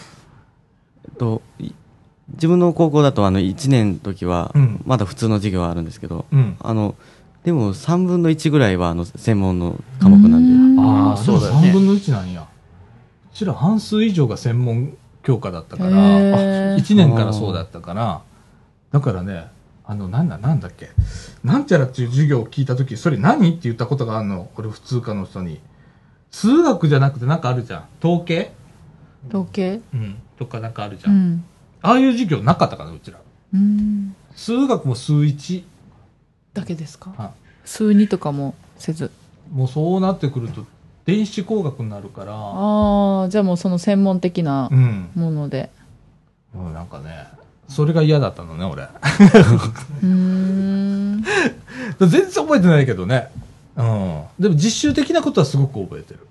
自分の高校だと1年の時は、まだ普通の授業はあるんですけど、でも3分の1ぐらいは専門の科目なんで。そうだよね。3分の1なんや。うちら半数以上が専門教科だったから、1年からそうだったから、だからね、なんだっけ、なんちゃらっていう授業を聞いたとき、それ何って言ったことがあるの、俺普通科の人に。数学じゃなくてなんかあるじゃん。統計とかなんかあるじゃん。ああいう授業なかったかな、うちら。数学も数1。 だけですか？数2とかもせず。 もうそうなってくると、電子工学になるから。 じゃあもうその専門的なもので。 もうなんかね、それが嫌だったのね、俺。全然覚えてないけどね。でも実習的なことはすごく覚えてる。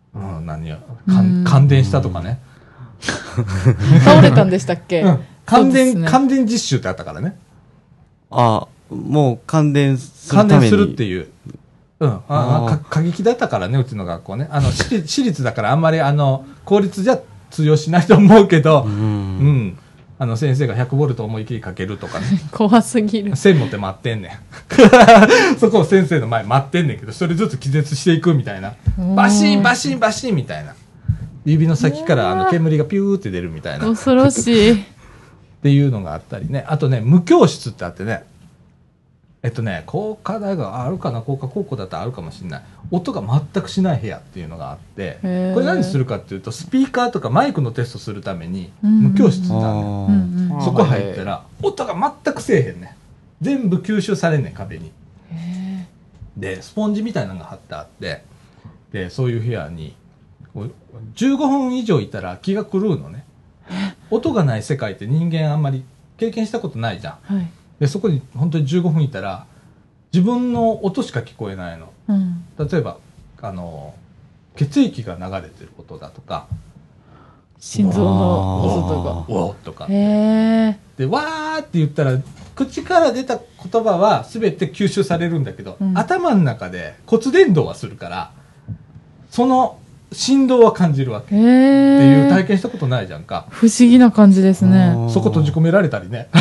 感電したとかね。 倒れたんでしたっけ？ 感電実習ってあったからね。 もう感電するために。 感電するっていう。過激だったからね、うちの学校ね。私立だからあんまり公立じゃ通用しないと思うけど、先生が100ボルト思い切りかけるとかね。 怖すぎる。 線持って待ってんねん。そこを先生の前待ってんねんけど、一人ずつ気絶していくみたいな。バシンバシンバシンみたいな。指の先から煙がピューって出るみたいな。 恐ろしい。 っていうのがあったりね。あとね、無教室ってあってね。工科大学あるかな、工科高校だったらあるかもしれない。音が全くしない部屋っていうのがあって、これ何するかっていうと、スピーカーとかマイクのテストするために、無教室なんだよ。そこ入ったら、音が全くせえへんね。全部吸収されんねん、壁に。で、スポンジみたいなのが貼ってあって、で、そういう部屋に、15分以上いたら気が狂うのね。音がない世界って人間あんまり経験したことないじゃん。でそこに本当に15分いたら自分の音しか聞こえないの、例えば血液が流れてる音だとか心臓の音とかおとかでわーって言ったら口から出た言葉は全て吸収されるんだけど、頭の中で骨伝導はするからその振動は感じるわけっていう体験したことないじゃんか。 不思議な感じですね。 そこ閉じ込められたりね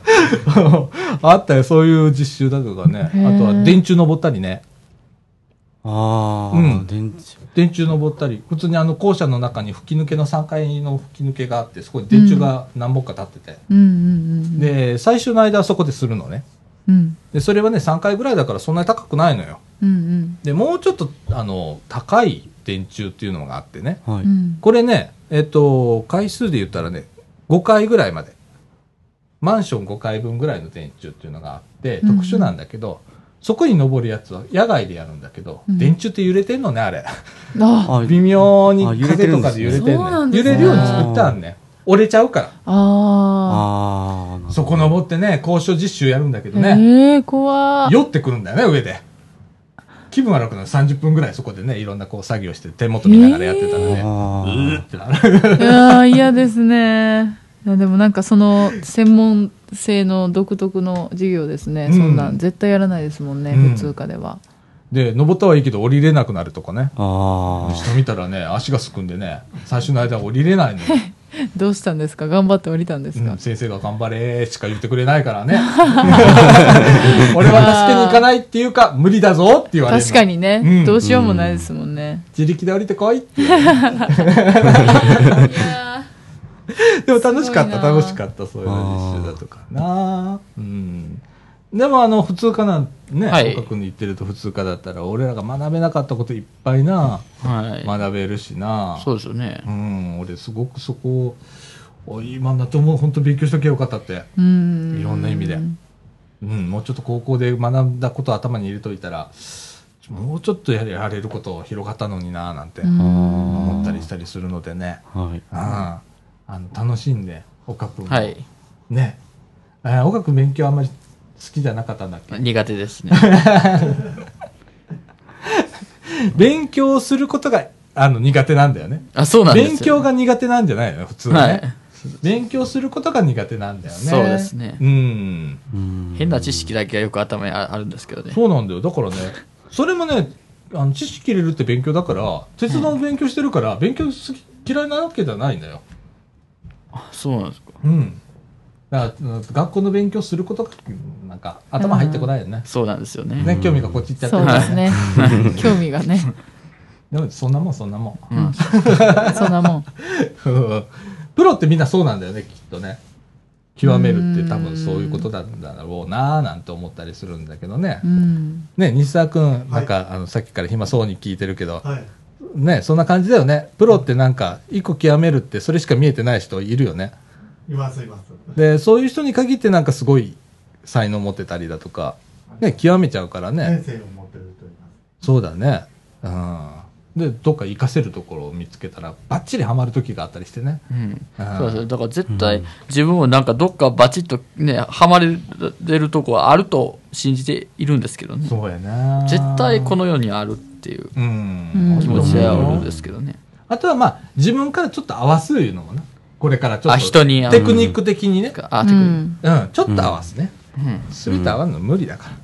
あったよ、そういう実習だとかね。あとは電柱登ったりね。 電柱登ったり、普通に校舎の中に吹き抜けの3階の吹き抜けがあって、そこに電柱が何本か立ってて、で最初の間はそこでするのね、でそれはね3階ぐらいだからそんなに高くないのよ、でもうちょっと高い電柱っていうのがあってね、これね回数で言ったらね5階ぐらいまで、マンション5階分ぐらいの電柱っていうのがあって特殊なんだけど、そこに登るやつは野外でやるんだけど、電柱って揺れてんのね、あれ。微妙に風とかで揺れてんね。揺れるように作ってあんね。折れちゃうから。そこ登ってね、高所実習やるんだけどね。 怖酔ってくるんだよね、上で。気分悪くなる。30分ぐらいそこでね、いろんな作業して手元見ながらやってたらね。ってなる。 いや嫌ですね。いやでもなんかその専門性の独特の授業ですね、そんなん絶対やらないですもんね、普通科では。 で登ったはいいけど降りれなくなるとかね、下見たらね足がすくんでね最初の間降りれないのどうしたんですか、頑張って降りたんですか。 先生が頑張れしか言ってくれないからね俺は助けに行かないっていうか無理だぞって言われる。 確かにね、どうしようもないですもんね、 自力で降りてこいって言われるでも楽しかったそういうの実習だとかな。でも普通科なんね、岡君に言ってると普通科だったら俺らが学べなかったこといっぱいな、学べるしな。 そうですよね。 俺すごくそこを今だともう本当勉強しときゃよかったって、いろんな意味で、もうちょっと高校で学んだことを頭に入れといたらもうちょっとやれること広がったのにななんて思ったりしたりするのでね、楽しんで岡君も、ね、岡君勉強あんまり好きじゃなかったんだっけ。 苦手ですね勉強することが苦手なんだよね。 そうなんですよ。 勉強が苦手なんじゃないの普通はね、勉強することが苦手なんだよね。 そうですね。変な知識だけはよく頭にあるんですけどね。 そうなんだよ。だからねそれもね知識入れるって勉強だから、鉄道の勉強してるから、勉強嫌いなわけじゃないんだよ。 そうなんですか。 だから学校の勉強することがなんか頭入ってこないよね。 そうなんですよね。 興味がこっち行っちゃってる。 そうですね興味がねでもそんなもんそんなもんプロってみんなそうなんだよね、きっとね。極めるって多分そういうことなんだろうななんて思ったりするんだけどね。西澤君なんか、さっきから暇そうに聞いてるけど、ね、そんな感じだよね。プロってなんか一個極めるってそれしか見えてない人いるよね。 いますでそういう人に限ってなんかすごい才能持ってたりだとか、ね、極めちゃうからね。 先生を持ってると言います。 そうだね。でどっか活かせるところを見つけたらバッチリハマる時があったりしてね。 そうです。だから絶対自分もなんかどっかバチッとねハマれるとこはあると信じているんですけどね。 そうやな。 絶対この世にあるっていう気持ちであるんですけどね。 あとはまあ自分からちょっと合わすいうのもな。これからちょっと人にテクニック的にね、 テクニックちょっと合わすね。全て合わんの無理だから。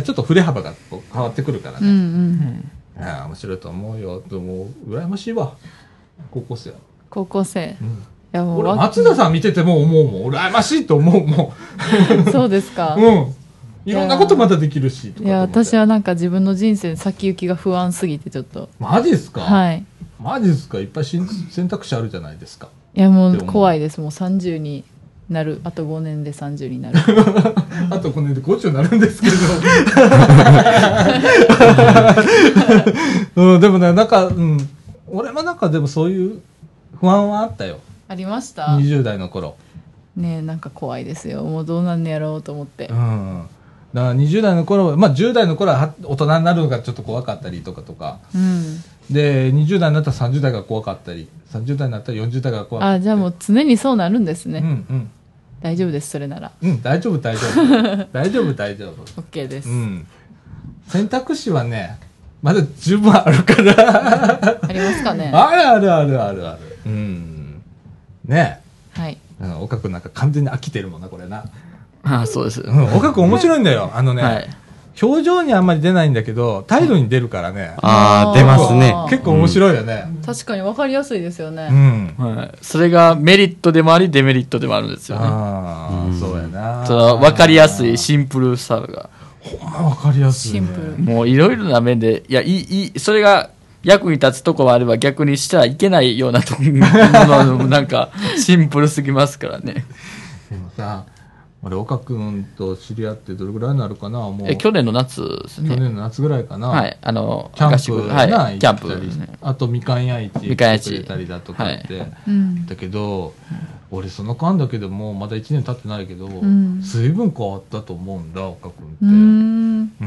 ちょっと振れ幅がこう変わってくるからね。面白いと思うよ。でも羨ましいわ。高校生。いやもう俺松田さん見てても思うもん。羨ましいと思うもん。そうですか。 いろんなことまだできるし。 いや私はなんか自分の人生先行きが不安すぎてちょっと。 マジですか。 はい。 マジですか。いっぱい選択肢あるじゃないですか。 いやもう怖いです。もう30になる。あと5年で30になる。 あと5年で50になるんですけど。でもね、なんか、俺もなんかでもそういう不安はあったよ。 ありました。 20代の頃。 ねえ、なんか怖いですよ。もうどうなんねやろうと思って。 だから20代の頃、まあ10代の頃は大人になるのがちょっと怖かったりとか。で20代になったら30代が怖かったり、30代になったら40代が怖かったり。 じゃあもう常にそうなるんですね。大丈夫です、それなら。 大丈夫大丈夫大丈夫大丈夫 OK です。 選択肢はねまだ十分あるからありますかね。 あるねはい。 岡君なんか完全に飽きてるもんなこれな。 そうです。 岡君面白いんだよ。表情にあんまり出ないんだけど態度に出るからね。 出ますね。 結構面白いよね。 確かに分かりやすいですよね。 それがメリットでもありデメリットでもあるんですよね。 そうやな。 分かりやすいシンプルさがほんまわかりやすい、ね、 シンプル。 もういろいろな面で、いや、それが役に立つとこもあれば逆にしたらいけないようなところなんかシンプルすぎますからね。 でもさ、俺岡君と知り合ってどれぐらいになるかな、もう去年の夏ですね。 去年の夏ぐらいかな、 はい、 キャンプはい、キャン行ったりプですね。 あとみかん屋市行ってくれたりだとかって、だけど俺その間だけどもまだ1年経ってないけど、随分変わったと思うんだ岡君って。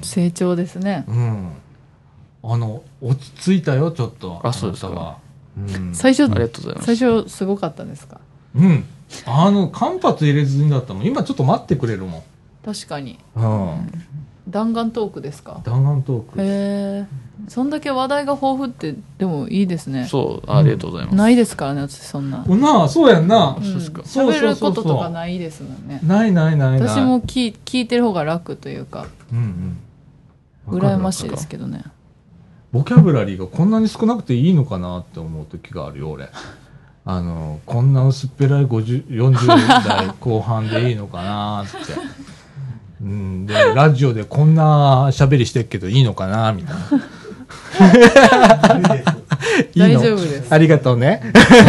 成長ですね。 落ち着いたよちょっと。 あ、そうですか。 最初ありがとうございます。 最初すごかったですか？ 間髪入れずにだったもん。今ちょっと待ってくれるもん。 確かに。弾丸トークですか？ 弾丸トーク。 へえ。そんだけ話題が豊富ってでもいいですね。 そう、ありがとうございます。 ないですからね、私そんな。 なあ、そうやんな。 喋ることとかないですもんね。 ないないないない。 私も聞いてる方が楽というか、羨ましいですけどね。 ボキャブラリーがこんなに少なくていいのかなって思う時があるよ、俺。こんな薄っぺらい40代後半でいいのかなって。で、ラジオでこんな喋りしてるけどいいのかなみたいな。 大丈夫です。 ありがとうね。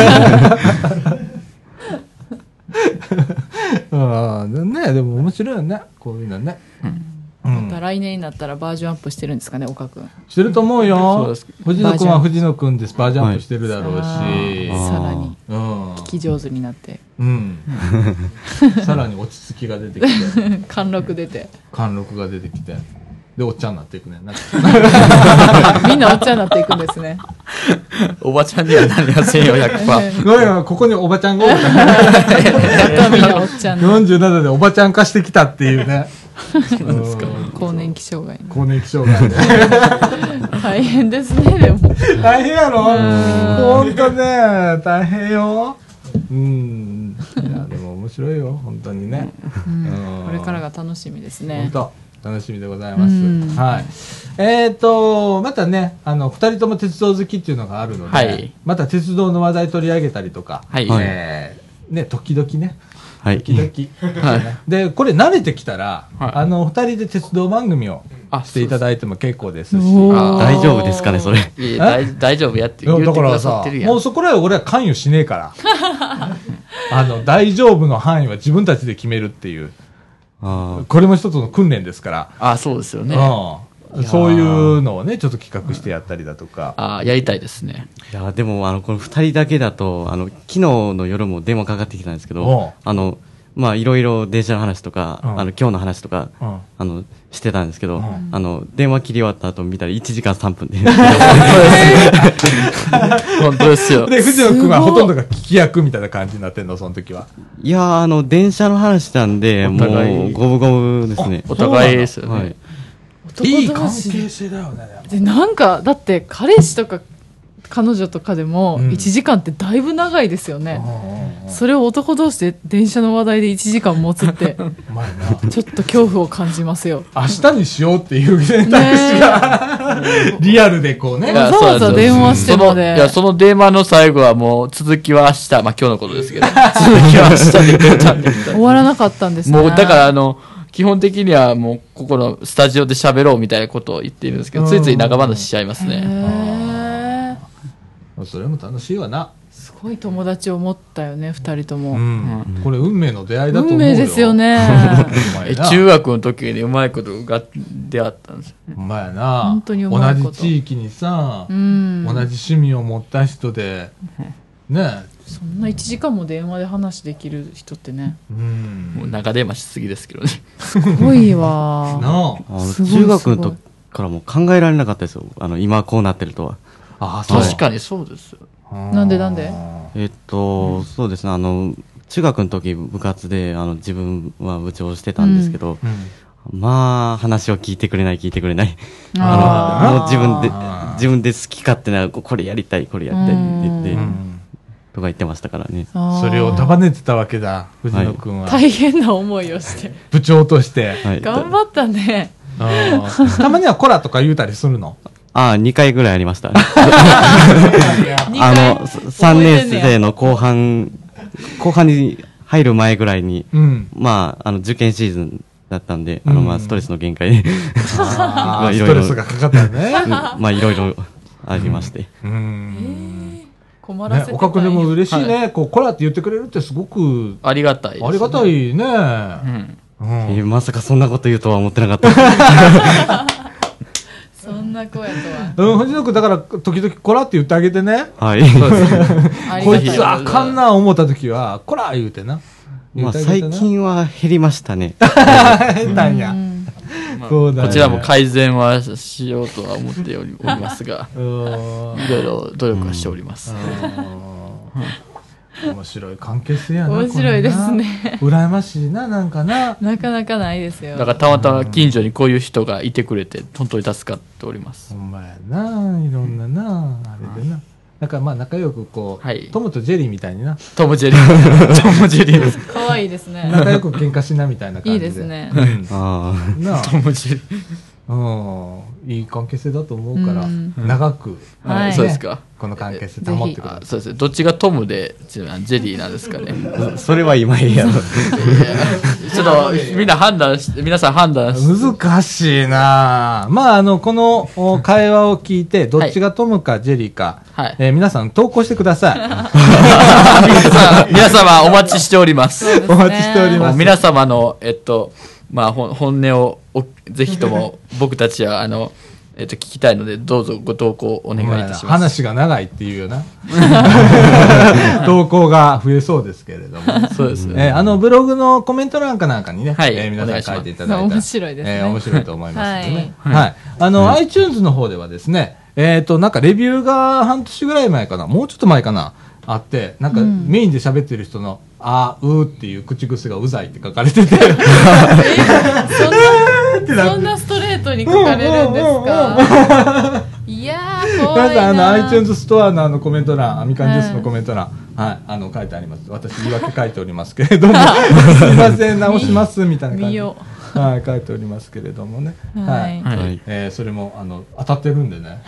ね、でも面白いよね、こういうのね。 また来年になったらバージョンアップしてるんですかね、岡君。 してると思うよ。藤野君は藤野君でバージョンアップしてるだろうし、 さらに聞き上手になって、 さらに落ち着きが出てきて、 貫禄出て、 貫禄が出てきて、でおっちゃんになっていくね。 みんなおっちゃんになっていくんですね。 おばちゃんにはなりませんよ、100%。 ごめん、ここにおばちゃんがおるから。 だとみんなおっちゃん。 47でおばちゃん化してきたっていうね。 更年期障害。 更年期障害で。 大変ですね、でも。 大変やろ？ほんとね、大変よ。いや、でも面白いよ、本当にね。 これからが楽しみですね。 本当。楽しみでございます。はい。またね、二人とも鉄道好きっていうのがあるので、また鉄道の話題取り上げたりとか、ね、時々ね。時々。で、これ慣れてきたら、二人で鉄道番組をしていただいても結構ですし。 大丈夫ですかね、それ。 大丈夫やって言ってくださってるやん。 もうそこらは俺は関与しねえから。大丈夫の範囲は自分たちで決めるっていう。これも一つの訓練ですから。 あ、そうですよね。 そういうのをね、ちょっと企画してやったりだとか。 やりたいですね。 いや、でも、この二人だけだと、昨日の夜も電話かかってきたんですけど、まあ、いろいろ電車の話とか、今日の話とか、してたんですけど、電話切り終わった後見たら1時間3分で。 本当ですよ。 で、藤野君はほとんどが聞き役みたいな感じになってんの、その時は。 いや電車の話なんで、もう、五分五分ですね。 お互いですよね。 いい関係性だよね。 で、なんか、だって、彼氏とか、彼女とかでも1時間ってだいぶ長いですよね。それを男同士で電車の話題で1時間持つってちょっと恐怖を感じますよ。 明日にしようっていう選択肢がリアルでこうね、 わざわざ電話してまで。 いや、その電話の最後はもう続きは明日、まあ今日のことですけど、続きは明日で言ったんで終わらなかったんですね。 もうだから基本的にはもうここのスタジオで喋ろうみたいなことを言っているんですけど、ついつい長話しちゃいますね。 それも楽しいわな。 すごい友達を持ったよね、二人とも。 これ運命の出会いだと思うよ。 運命ですよね。 中学の時にうまいことが出会ったんですよね。 うまいな。 本当にうまいこと。 同じ地域にさ、同じ趣味を持った人で、ね。 そんな1時間も電話で話できる人ってね。 もう長電話しすぎですけどね。 すごいわ。 中学の時からも考えられなかったですよ。今こうなってるとは。 確かにそうですよ。 なんでそうですね、中学の時部活で、自分は部長をしてたんですけど、まあ、話を聞いてくれない。もう自分で好き勝手な、これやりたい、これやりたいって言って、とか言ってましたからね。 それを束ねてたわけだ、藤野くんは。 大変な思いをして。 部長として。 頑張ったね。 たまにはコラとか言うたりするの ？2回ぐらいありました。3年生の後半に入る前ぐらいに、まあ、受験シーズンだったんで、まあストレスの限界でストレスがかかったね。 まあいろいろありまして。 困らせてた。 おかくでも嬉しいね。こらって言ってくれるってすごくありがたいですね。 ありがたいね。 まさかそんなこと言うとは思ってなかった。 そんな声とは。 藤野君だから時々こらって言ってあげてね。 はい。 こいつあかんな思った時はこら言うてな。 まあ最近は減りましたね。 減ったんや。 こちらも改善はしようとは思っておりますが、いろいろ努力はしております。 面白い関係性やな。 面白いですね。 羨ましいな、なんかな。 なかなかないですよ。 だからたまたま近所にこういう人がいてくれて本当に助かっております。 ほんまやな、いろんなな、あれでな。なんかまあ仲良くこう、トムとジェリーみたいにな。 トムジェリー。トムジェリーです。 可愛いですね。 仲良く喧嘩しなみたいな感じで。 いいですね。 トムジェリー。いい関係性だと思うから、長く、 そうですか。 この関係性保ってください。 そうですね。どっちがトムでジェリーなんですかね。 それは今いいやろ。 ちょっと皆さん判断して。 難しいな。まあこの会話を聞いてどっちがトムかジェリーか、皆さん投稿してください。 皆様お待ちしております。 お待ちしております。 皆様のまあ本音をぜひとも僕たちは聞きたいのでどうぞご投稿お願いいたします。 話が長いっていうよな投稿が増えそうですけれども、 そうですね。 ブログのコメント欄かなんかにね、皆さん書いていただいたら面白いですね。 面白いと思いますのでね。はい。iTunes の方ではですね、なんかレビューが半年ぐらい前かな、もうちょっと前かな、あって、なんかメインで喋ってる人のあうっていう口癖がうざいって書かれててそんなストレートに書かれるんですか。いやー怖いな。 なんかiTunes ストアのコメント欄、みかんジュースのコメント欄、書いてあります。私言い訳書いておりますけれどもすいません直しますみたいな感じで書いておりますけれどもね。それも当たってるんでね。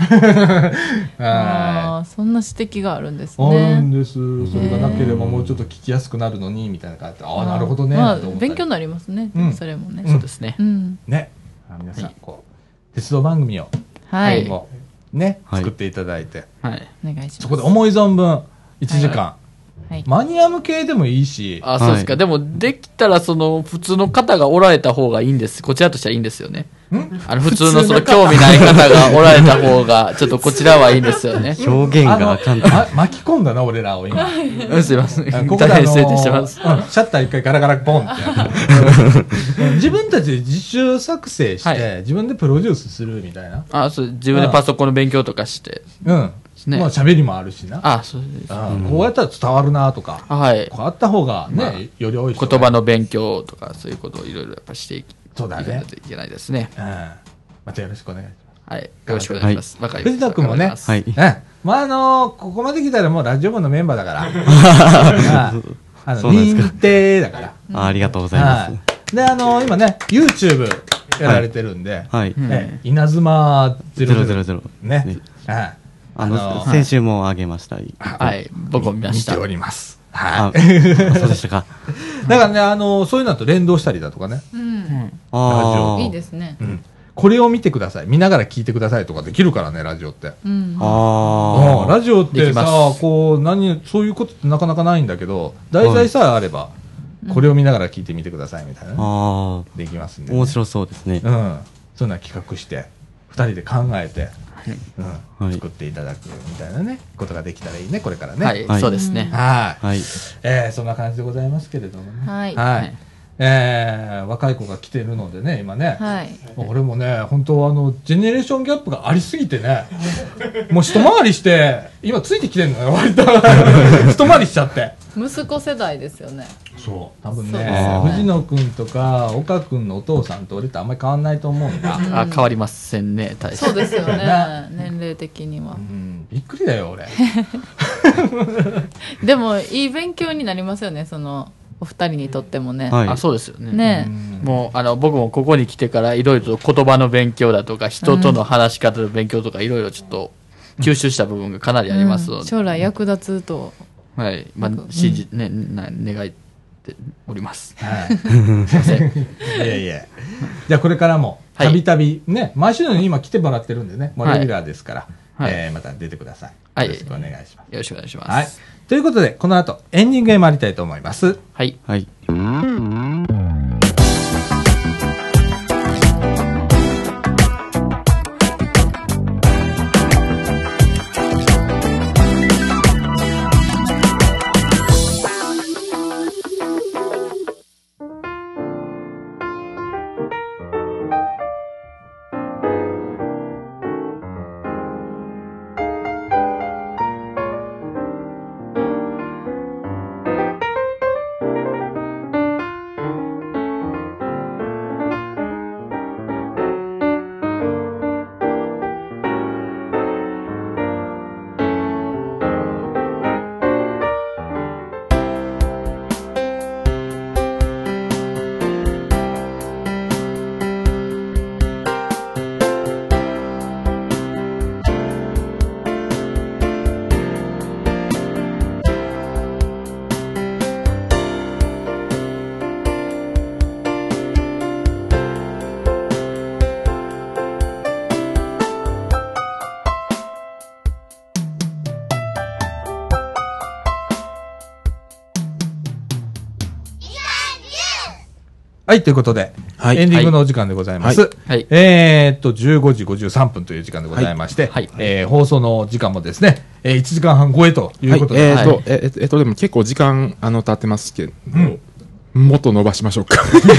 そんな指摘があるんですね。 あるんです。それがなければもうちょっと聞きやすくなるのにみたいな感じで、なるほどね。 勉強になりますね。それもね。 そうですね。 ね、皆さん鉄道番組をね作っていただいて、 お願いします。 そこで思い存分1時間。マニアム系でもいいし。 そうですか。でも、できたら、普通の方がおられた方がいいんです。こちらとしてはいいんですよね。普通の興味ない方がおられた方が、ちょっとこちらはいいんですよね。 表現が簡単。 巻き込んだな、俺らを今。 すいません。大変失礼します。 シャッター一回ガラガラポンって。自分たちで自主作成して、自分でプロデュースするみたいな。 そう、自分でパソコンの勉強とかして。 まあ喋りもあるしな。 そうです。 こうやったら伝わるなとか。こうやった方がね、より多い人。 言葉の勉強とか、そういうことをいろいろやっぱしていかないといけないですね。 またよろしくお願いします。 よろしくお願いします。わかりました。 藤田君もね。まあここまで来たらもうラジオ部のメンバーだから。認定だから。 ありがとうございます。 で、今ね、YouTube やられてるんで、稲妻000。ね。 先週もあげました。 僕も見ました。 見ております。 そうでしたか。 だからね、そういうのと連動したりだとかね。 いいですね。 これを見てください。見ながら聞いてくださいとかできるからね、ラジオって。ラジオってさ、そういうことってなかなかないんだけど、題材さえあれば、これを見ながら聞いてみてくださいみたいな。できますんで。 面白そうですね。 そんな企画して、2人で考えて、作っていただくみたいなねことができたらいいね、これからね。 そうですね。 そんな感じでございますけれどもね。若い子が来てるのでね、今ね。俺もね、本当ジェネレーションギャップがありすぎてね、もう一回りして、今ついてきてんのよ、割と。一回りしちゃって。 息子世代ですよね。 そう。多分ね、藤野くんとか岡くんのお父さんと俺とあんまり変わんないと思うんだ。 変わりませんね、大して。そうですよね、年齢的には。 びっくりだよ、俺。 でも、いい勉強になりますよね、お二人にとってもね。 そうですよね。もう、僕もここに来てからいろいろと言葉の勉強だとか、人との話し方の勉強とか、いろいろちょっと吸収した部分がかなりありますので。 将来役立つと。 信じ、願いっております。 はい。すいません。いやいや。じゃあこれからも、たびたび、ね、毎週のように今来てもらってるんでね、もうレギュラーですから、また出てください。 はい。 よろしくお願いします。 よろしくお願いします。 はい。ということで、この後、エンディングへ参りたいと思います。 はい。 はい。 はい、ということで、 はい、 エンディングのお時間でございます。 はい。 15時53分という時間でございまして、 はい放送の時間もですね、1時間半超えということで。 でも結構時間、経ってますけど、もっと伸ばしましょうか。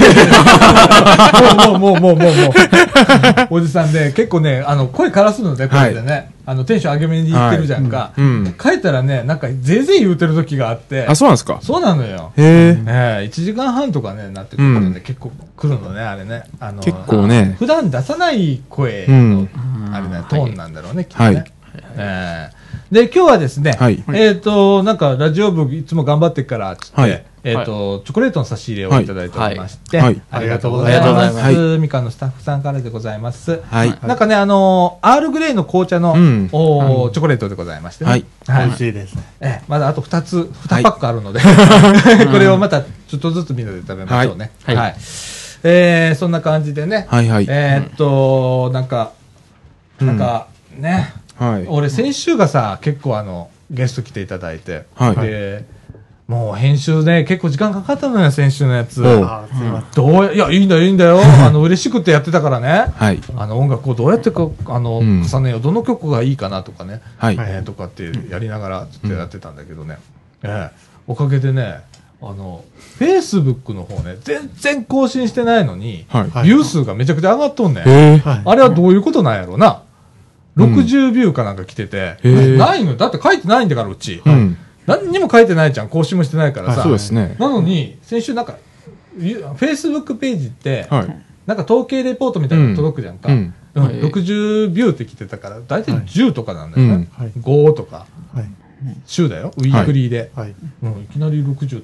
もう。おじさんで、結構ね、声からすので、これでね、テンション上げめに言ってるじゃんか。帰ったらね、なんか、ぜいぜい言うてる時があって。 あ、そうなんですか？ そうなのよ。 へ 1時間半とかね、なってくるので、結構来るのね、あれね。 結構ね。 普段出さない声の、あれね、トーンなんだろうね、きっとね。で、今日はですね、なんか、ラジオ部いつも頑張ってっから、つって、チョコレートの差し入れをいただいておりまして、ありがとうございます。みかんのスタッフさんからでございます。なんかね、アールグレイの紅茶のチョコレートでございましてね。 美味しいですね。 まだあと2パックあるので、これをまたちょっとずつみんなで食べましょうね。はい。そんな感じでね、なんかね、俺先週がさ、結構ゲスト来ていただいて、で、もう編集ね、結構時間かかったのよ、先週のやつ。いや、いいんだよ。嬉しくてやってたからね。音楽をどうやって重ねよう、どの曲がいいかなとかね。とかってやりながら、ちょっとやってたんだけどね。おかげでね、Facebook の方ね、全然更新してないのに、ビュー数がめちゃくちゃ上がっとんねん。あれはどういうことなんやろうな。60ビューかなんか来てて、ないのだって書いてないんだから、うち。何にも書いてないじゃん、更新もしてないからさ。 そうですね。 なのに、先週なんか、Facebook ページって、なんか統計レポートみたいなの届くじゃんか。60ビューって来てたから、だいたい10とかなんだよね。5とか。週だよ、ウィークリーで。いきなり60って。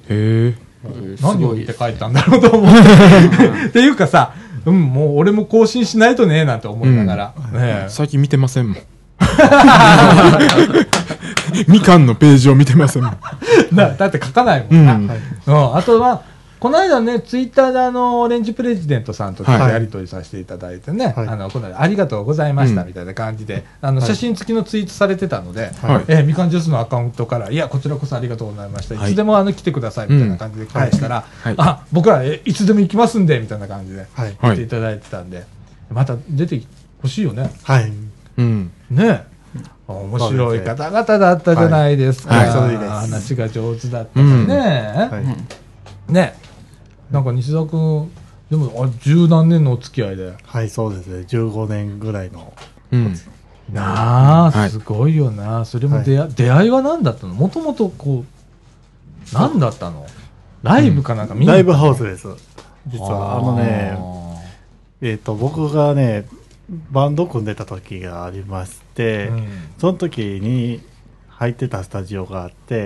何を言って書いたんだろうと思って。っていうかさ、もう俺も更新しないとね、なんて思いながら。 最近見てませんもん。みかんのページを見てませんもん。 だって書かないもんな。あとは、この間ね、ツイッターでオレンジプレジデントさんとやり取りさせていただいてね、この間ありがとうございましたみたいな感じで、写真付きのツイートされてたので、みかんジュースのアカウントから、いや、こちらこそありがとうございました。いつでも来てくださいみたいな感じで返したら、僕らいつでも行きますんで、みたいな感じで言っていただいてたんで、また出てほしいよね。ね。面白い方々だったじゃないですか。話が上手だったね。ね。なんか西澤君、でも十何年のお付き合いで。 はい、そうですね。15年ぐらいの。 なあ、すごいよな。それも出会いは何だったの？もともとこう、何だったの？ライブかなんかライブハウスです。実は、僕がね、バンド組んでた時がありまして、その時に入ってたスタジオがあって、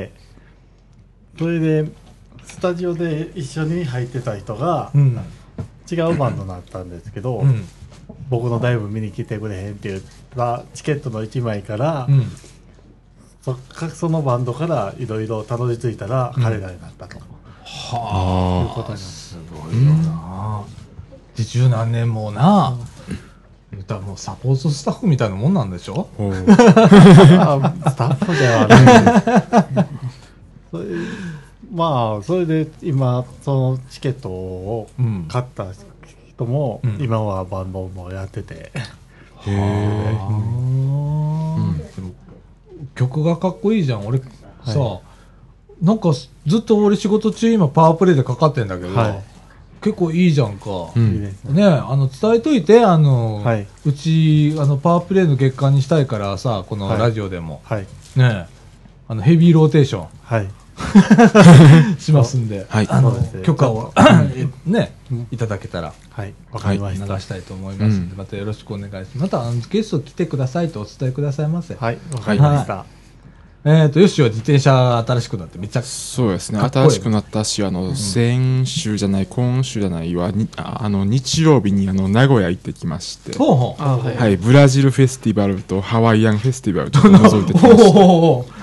それでスタジオで一緒に入ってた人が違うバンドになったんですけど、僕のライブ見に来てくれへんって言ったチケットの1枚から、そのバンドからいろいろたどり着いたら彼らになったと。 はいうことになる。 すごいよな。で十何年もな。言ったらもうサポートスタッフみたいなもんなんでしょ。 スタッフではないです。それまあそれで今そのチケットを買った人も、今はバンドもやってて。 へえ。曲がかっこいいじゃん。俺さ、なんかずっと俺仕事中今パワープレイでかかってんだけど、結構いいじゃんか。ね、伝えといて、うちパワープレイの月間にしたいからさ、このラジオでも、ね、ヘビーローテーションしますんで、許可をねいただけたら、 わかりました。 流したいと思いますので、またよろしくお願いします。またゲスト来てくださいとお伝えくださいませ。 はい、わかりました。 ヨッシーは自転車新しくなってめっちゃそうですね。新しくなったし、先週じゃない、今週じゃないは、日曜日に名古屋行ってきまして、はい、ブラジルフェスティバルとハワイアンフェスティバルと覗いてきました。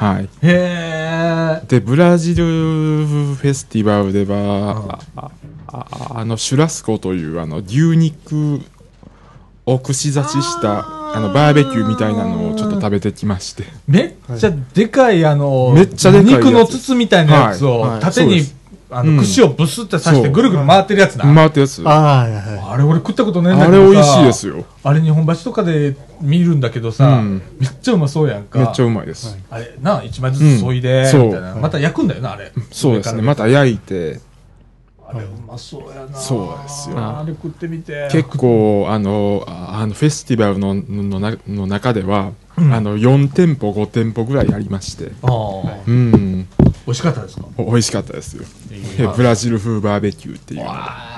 はい。 へー。 で、ブラジルフェスティバルでは、シュラスコという、牛肉を串刺ししたバーベキューみたいなのをちょっと食べてきまして、 めっちゃでかいめっちゃでかい肉の筒みたいなやつを縦に串をブスって刺してぐるぐる回ってるやつな。 回ってるやつ。 あれ俺食ったことないんだけどさ、 あれ美味しいですよ。 あれ日本橋とかで見るんだけどさ、めっちゃうまそうやんか。 めっちゃうまいです。 あれな、一枚ずつ削いでみたいな、また焼くんだよなあれ。 そうですね。また焼いて。 あれうまそうやな。 そうですよ。 あれ食ってみて。 結構フェスティバルの中では4店舗5店舗ぐらいありまして、 美味しかったですか？ 美味しかったですよ。ブラジル風バーベキューっていう。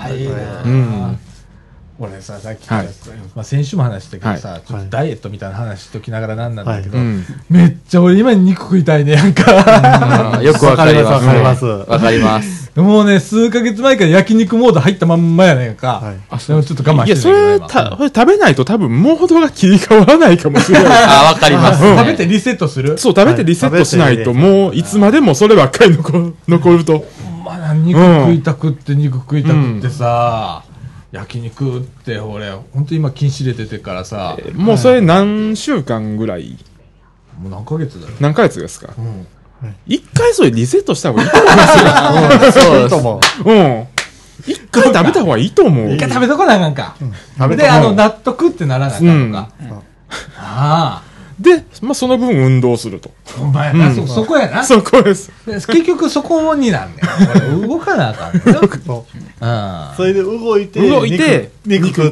俺さ、さっき先週も話したけどさ、ちょっとダイエットみたいな話しときながらなんなんだけど、めっちゃ俺今肉食いたいねやんか。 よくわかります。わかります。 もうね、数ヶ月前から焼肉モード入ったまんまやねんか。でもちょっと我慢してる。 いや、それ食べないと多分モードが切り替わらないかもしれない。 あ、わかります。 食べてリセットする？ そう、食べてリセットしないと、もういつまでもそればっかり残ると。 肉食いたくってさ、焼肉って俺本当今禁止令出てからさ、 もうそれ何週間ぐらい？ もう何ヶ月だよ。 何ヶ月ですか？一回それリセットした方がいいと思いますよ。 そういいと思う。 一回食べた方がいいと思う。 一回食べとこなあかんか。で、納得ってならなあかんのか。ああ。 で、その分運動すると。 お前な、そこやな。 そこです。 結局そこになんねん。動かなあかんねん。 それで動いて、肉食って、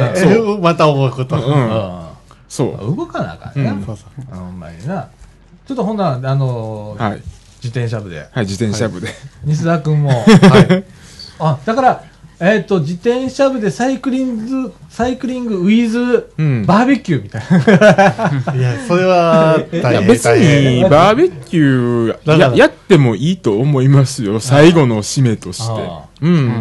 また動くと。 そう。 動かなあかんねん。ほんまにな。ちょっとほんなら、自転車部で。 はい、自転車部で。 西田君も。あ、だから、自転車部でサイクリングウィズバーベキューみたいな。 いや、それは大変。 別にバーベキューやってもいいと思いますよ。最後の締めとして。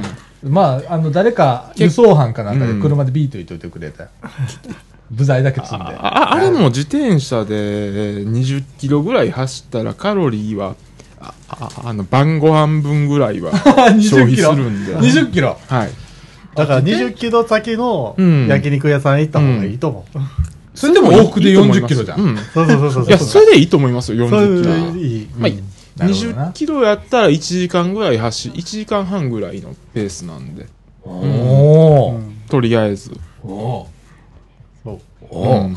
まあ、誰か輸送班かなんかで車でビート言っといてくれた。部材だけ積んで。 あれも自転車で20キロぐらい走ったらカロリーは晩ご飯分ぐらいは消費するんで。 20キロ。 はい。 だから20キロ先の焼肉屋さん行った方がいいと思う。 それでも往復で40キロじゃん。 そう。 いや、それでいいと思いますよ、40キロ。 いい。 20キロやったら1時間ぐらい1時間半ぐらいのペースなんで。とりあえず。 こ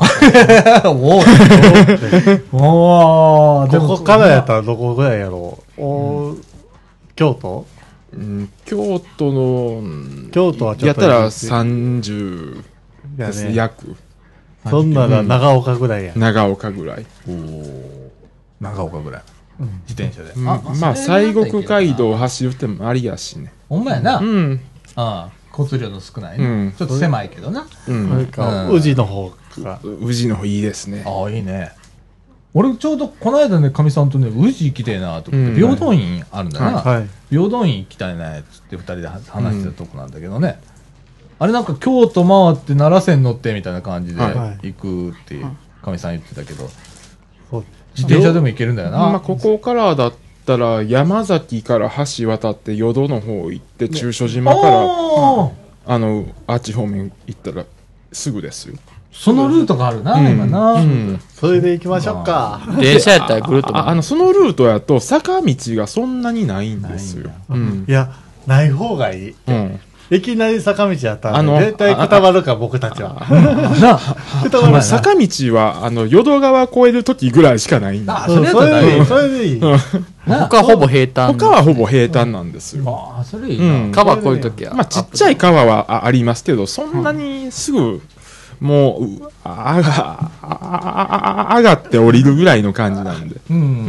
こからやったらどこぐらいやろう。京都？ 京都はちょっとやったら30ですね、約。 そんなら長岡ぐらいや。 長岡ぐらい。 長岡ぐらい。自転車で。 まあ、西国街道を走るってもありやしね。 ほんまやな。交通量の少ない。ちょっと狭いけどな。 それか、宇治の方か。 宇治の方いいですね。 ああ、いいね。俺ちょうどこの間ね、かみさんとね、宇治行きてえなと思って、平等院あるんだな。平等院行きたいねっつって2人で話してたとこなんだけどね。あれなんか京都回って奈良線乗ってみたいな感じで行くってかみさん言ってたけど、自転車でも行けるんだよな。 ここからだっったら山崎から橋渡って淀の方行って中所島からあっち方面行ったらすぐですよ。 そのルートがあるな、今な。 それで行きましょうか。 電車やったらぐるっと。 そのルートやと坂道がそんなにないんですよ。 いや、ない方がいい。いきなり坂道やったら絶対くたばるか、僕たちは。 坂道は淀川越える時ぐらいしかないんだ。 それでいい。 他はほぼ平坦。 他はほぼ平坦なんですよ。 それいいな。 川越える時は。 まあちっちゃい川はありますけど、そんなにすぐもう上がって降りるぐらいの感じなんで。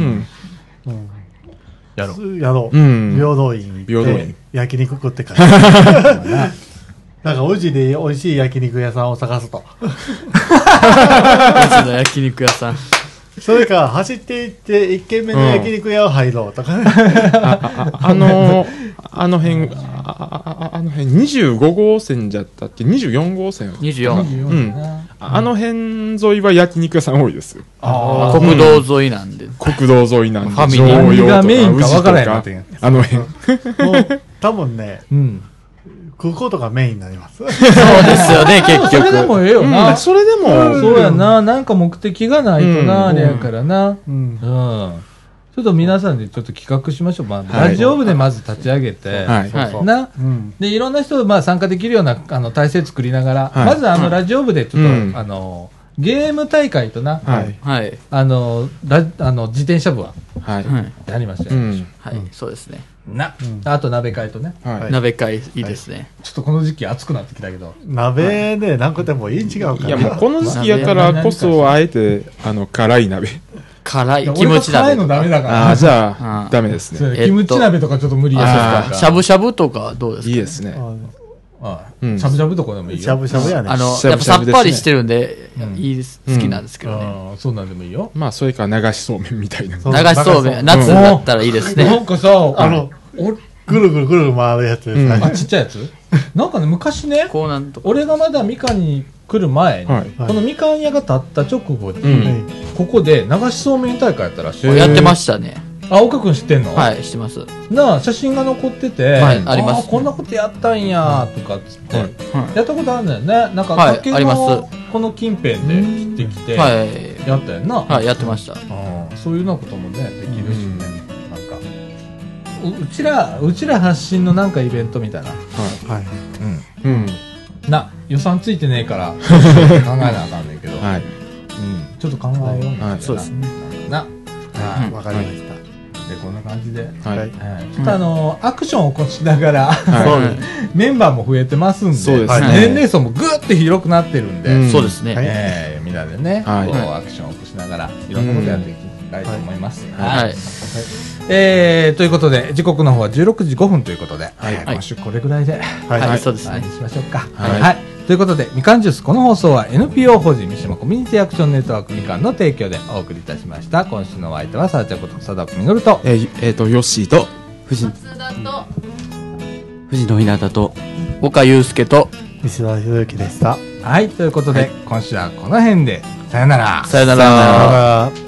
やろう。 平等院行って焼肉食って帰る。なんか宇治で美味しい焼肉屋さんを探すと。 宇治の焼肉屋さん。 それか走っていって1軒目の焼肉屋を入ろうとかね。 あの辺25号線じゃったっけ、24号線。 24。 あの辺沿いは焼肉屋さん多いですよ。 国道沿いなんで。 国道沿いなんで。 ファミリー。何がメインか分からへんなって。 あの辺。 もう多分ね、食うことがメインになります。そうですよね、結局。 それでもええよな。 それでも。 そうやな。なんか目的がないとな、あれやからな。ちょっと皆さんでちょっと企画しましょう。ラジオ部でまず立ち上げて、な。で、いろんな人が参加できるような体制作りながら、まずラジオ部でちょっと、ゲーム大会とな、自転車部は、やりましたよ。 はい、そうですね。 あと鍋会とね。 鍋会いいですね。 ちょっとこの時期暑くなってきたけど。 鍋ね、なくてもいい違うから。 いや、もうこの時期やからこそ、あえて、辛い鍋。 辛い、キムチ鍋。 辛いのダメだから。 じゃあ、ダメですね。 キムチ鍋とかちょっと無理やしゃぶしゃぶとかどうですか？ いいですね。 しゃぶしゃぶとかでもいいよ。 しゃぶしゃぶやね。 やっぱさっぱりしてるんで、好きなんですけどね。 そうなんでもいいよ。 まあ、それから流しそうめんみたいな。 流しそうめん、夏だったらいいですね。 なんかさ、 ぐるぐるぐる回るやつですね。 ちっちゃいやつなんかね、昔ね、俺がまだみかんに来る前に、このみかん屋が建った直後に、ここで流しそうめん大会やったらしい。 やってましたね。 岡くん知ってんの？ はい、知ってます。 なあ、写真が残ってて、 あります。 こんなことやったんやとかっつって、やったことあるんだよね。なんか、竹のこの近辺で切ってきて、やったやんな。 はい、やってました。 そういうようなこともね、できるしね。うちら発信のなんかイベントみたいな。予算ついてねえから考えなあかんねんけど、ちょっと考えよう。 そうですね。 わかりました。 でこんな感じで、ちょっとアクションを起こしながらメンバーも増えてますんで、年齢層もぐーって広くなってるんで、 そうですね。 みんなでね、アクションを起こしながらいろんなことやっていきたいと思います。ということで時刻の方は16時5分ということで、今週これぐらいでそうですね。 しましょうか。ということでみかんジュース、この放送は NPO 法人三島コミュニティアクションネットワークみかんの提供でお送りいたしました。今週のお相手はさあちゃんこと佐田みのるとヨッシーと藤野ひなたと岡祐介と石田博之でした。 はい、ということで、今週はこの辺でさよなら。 さよなら。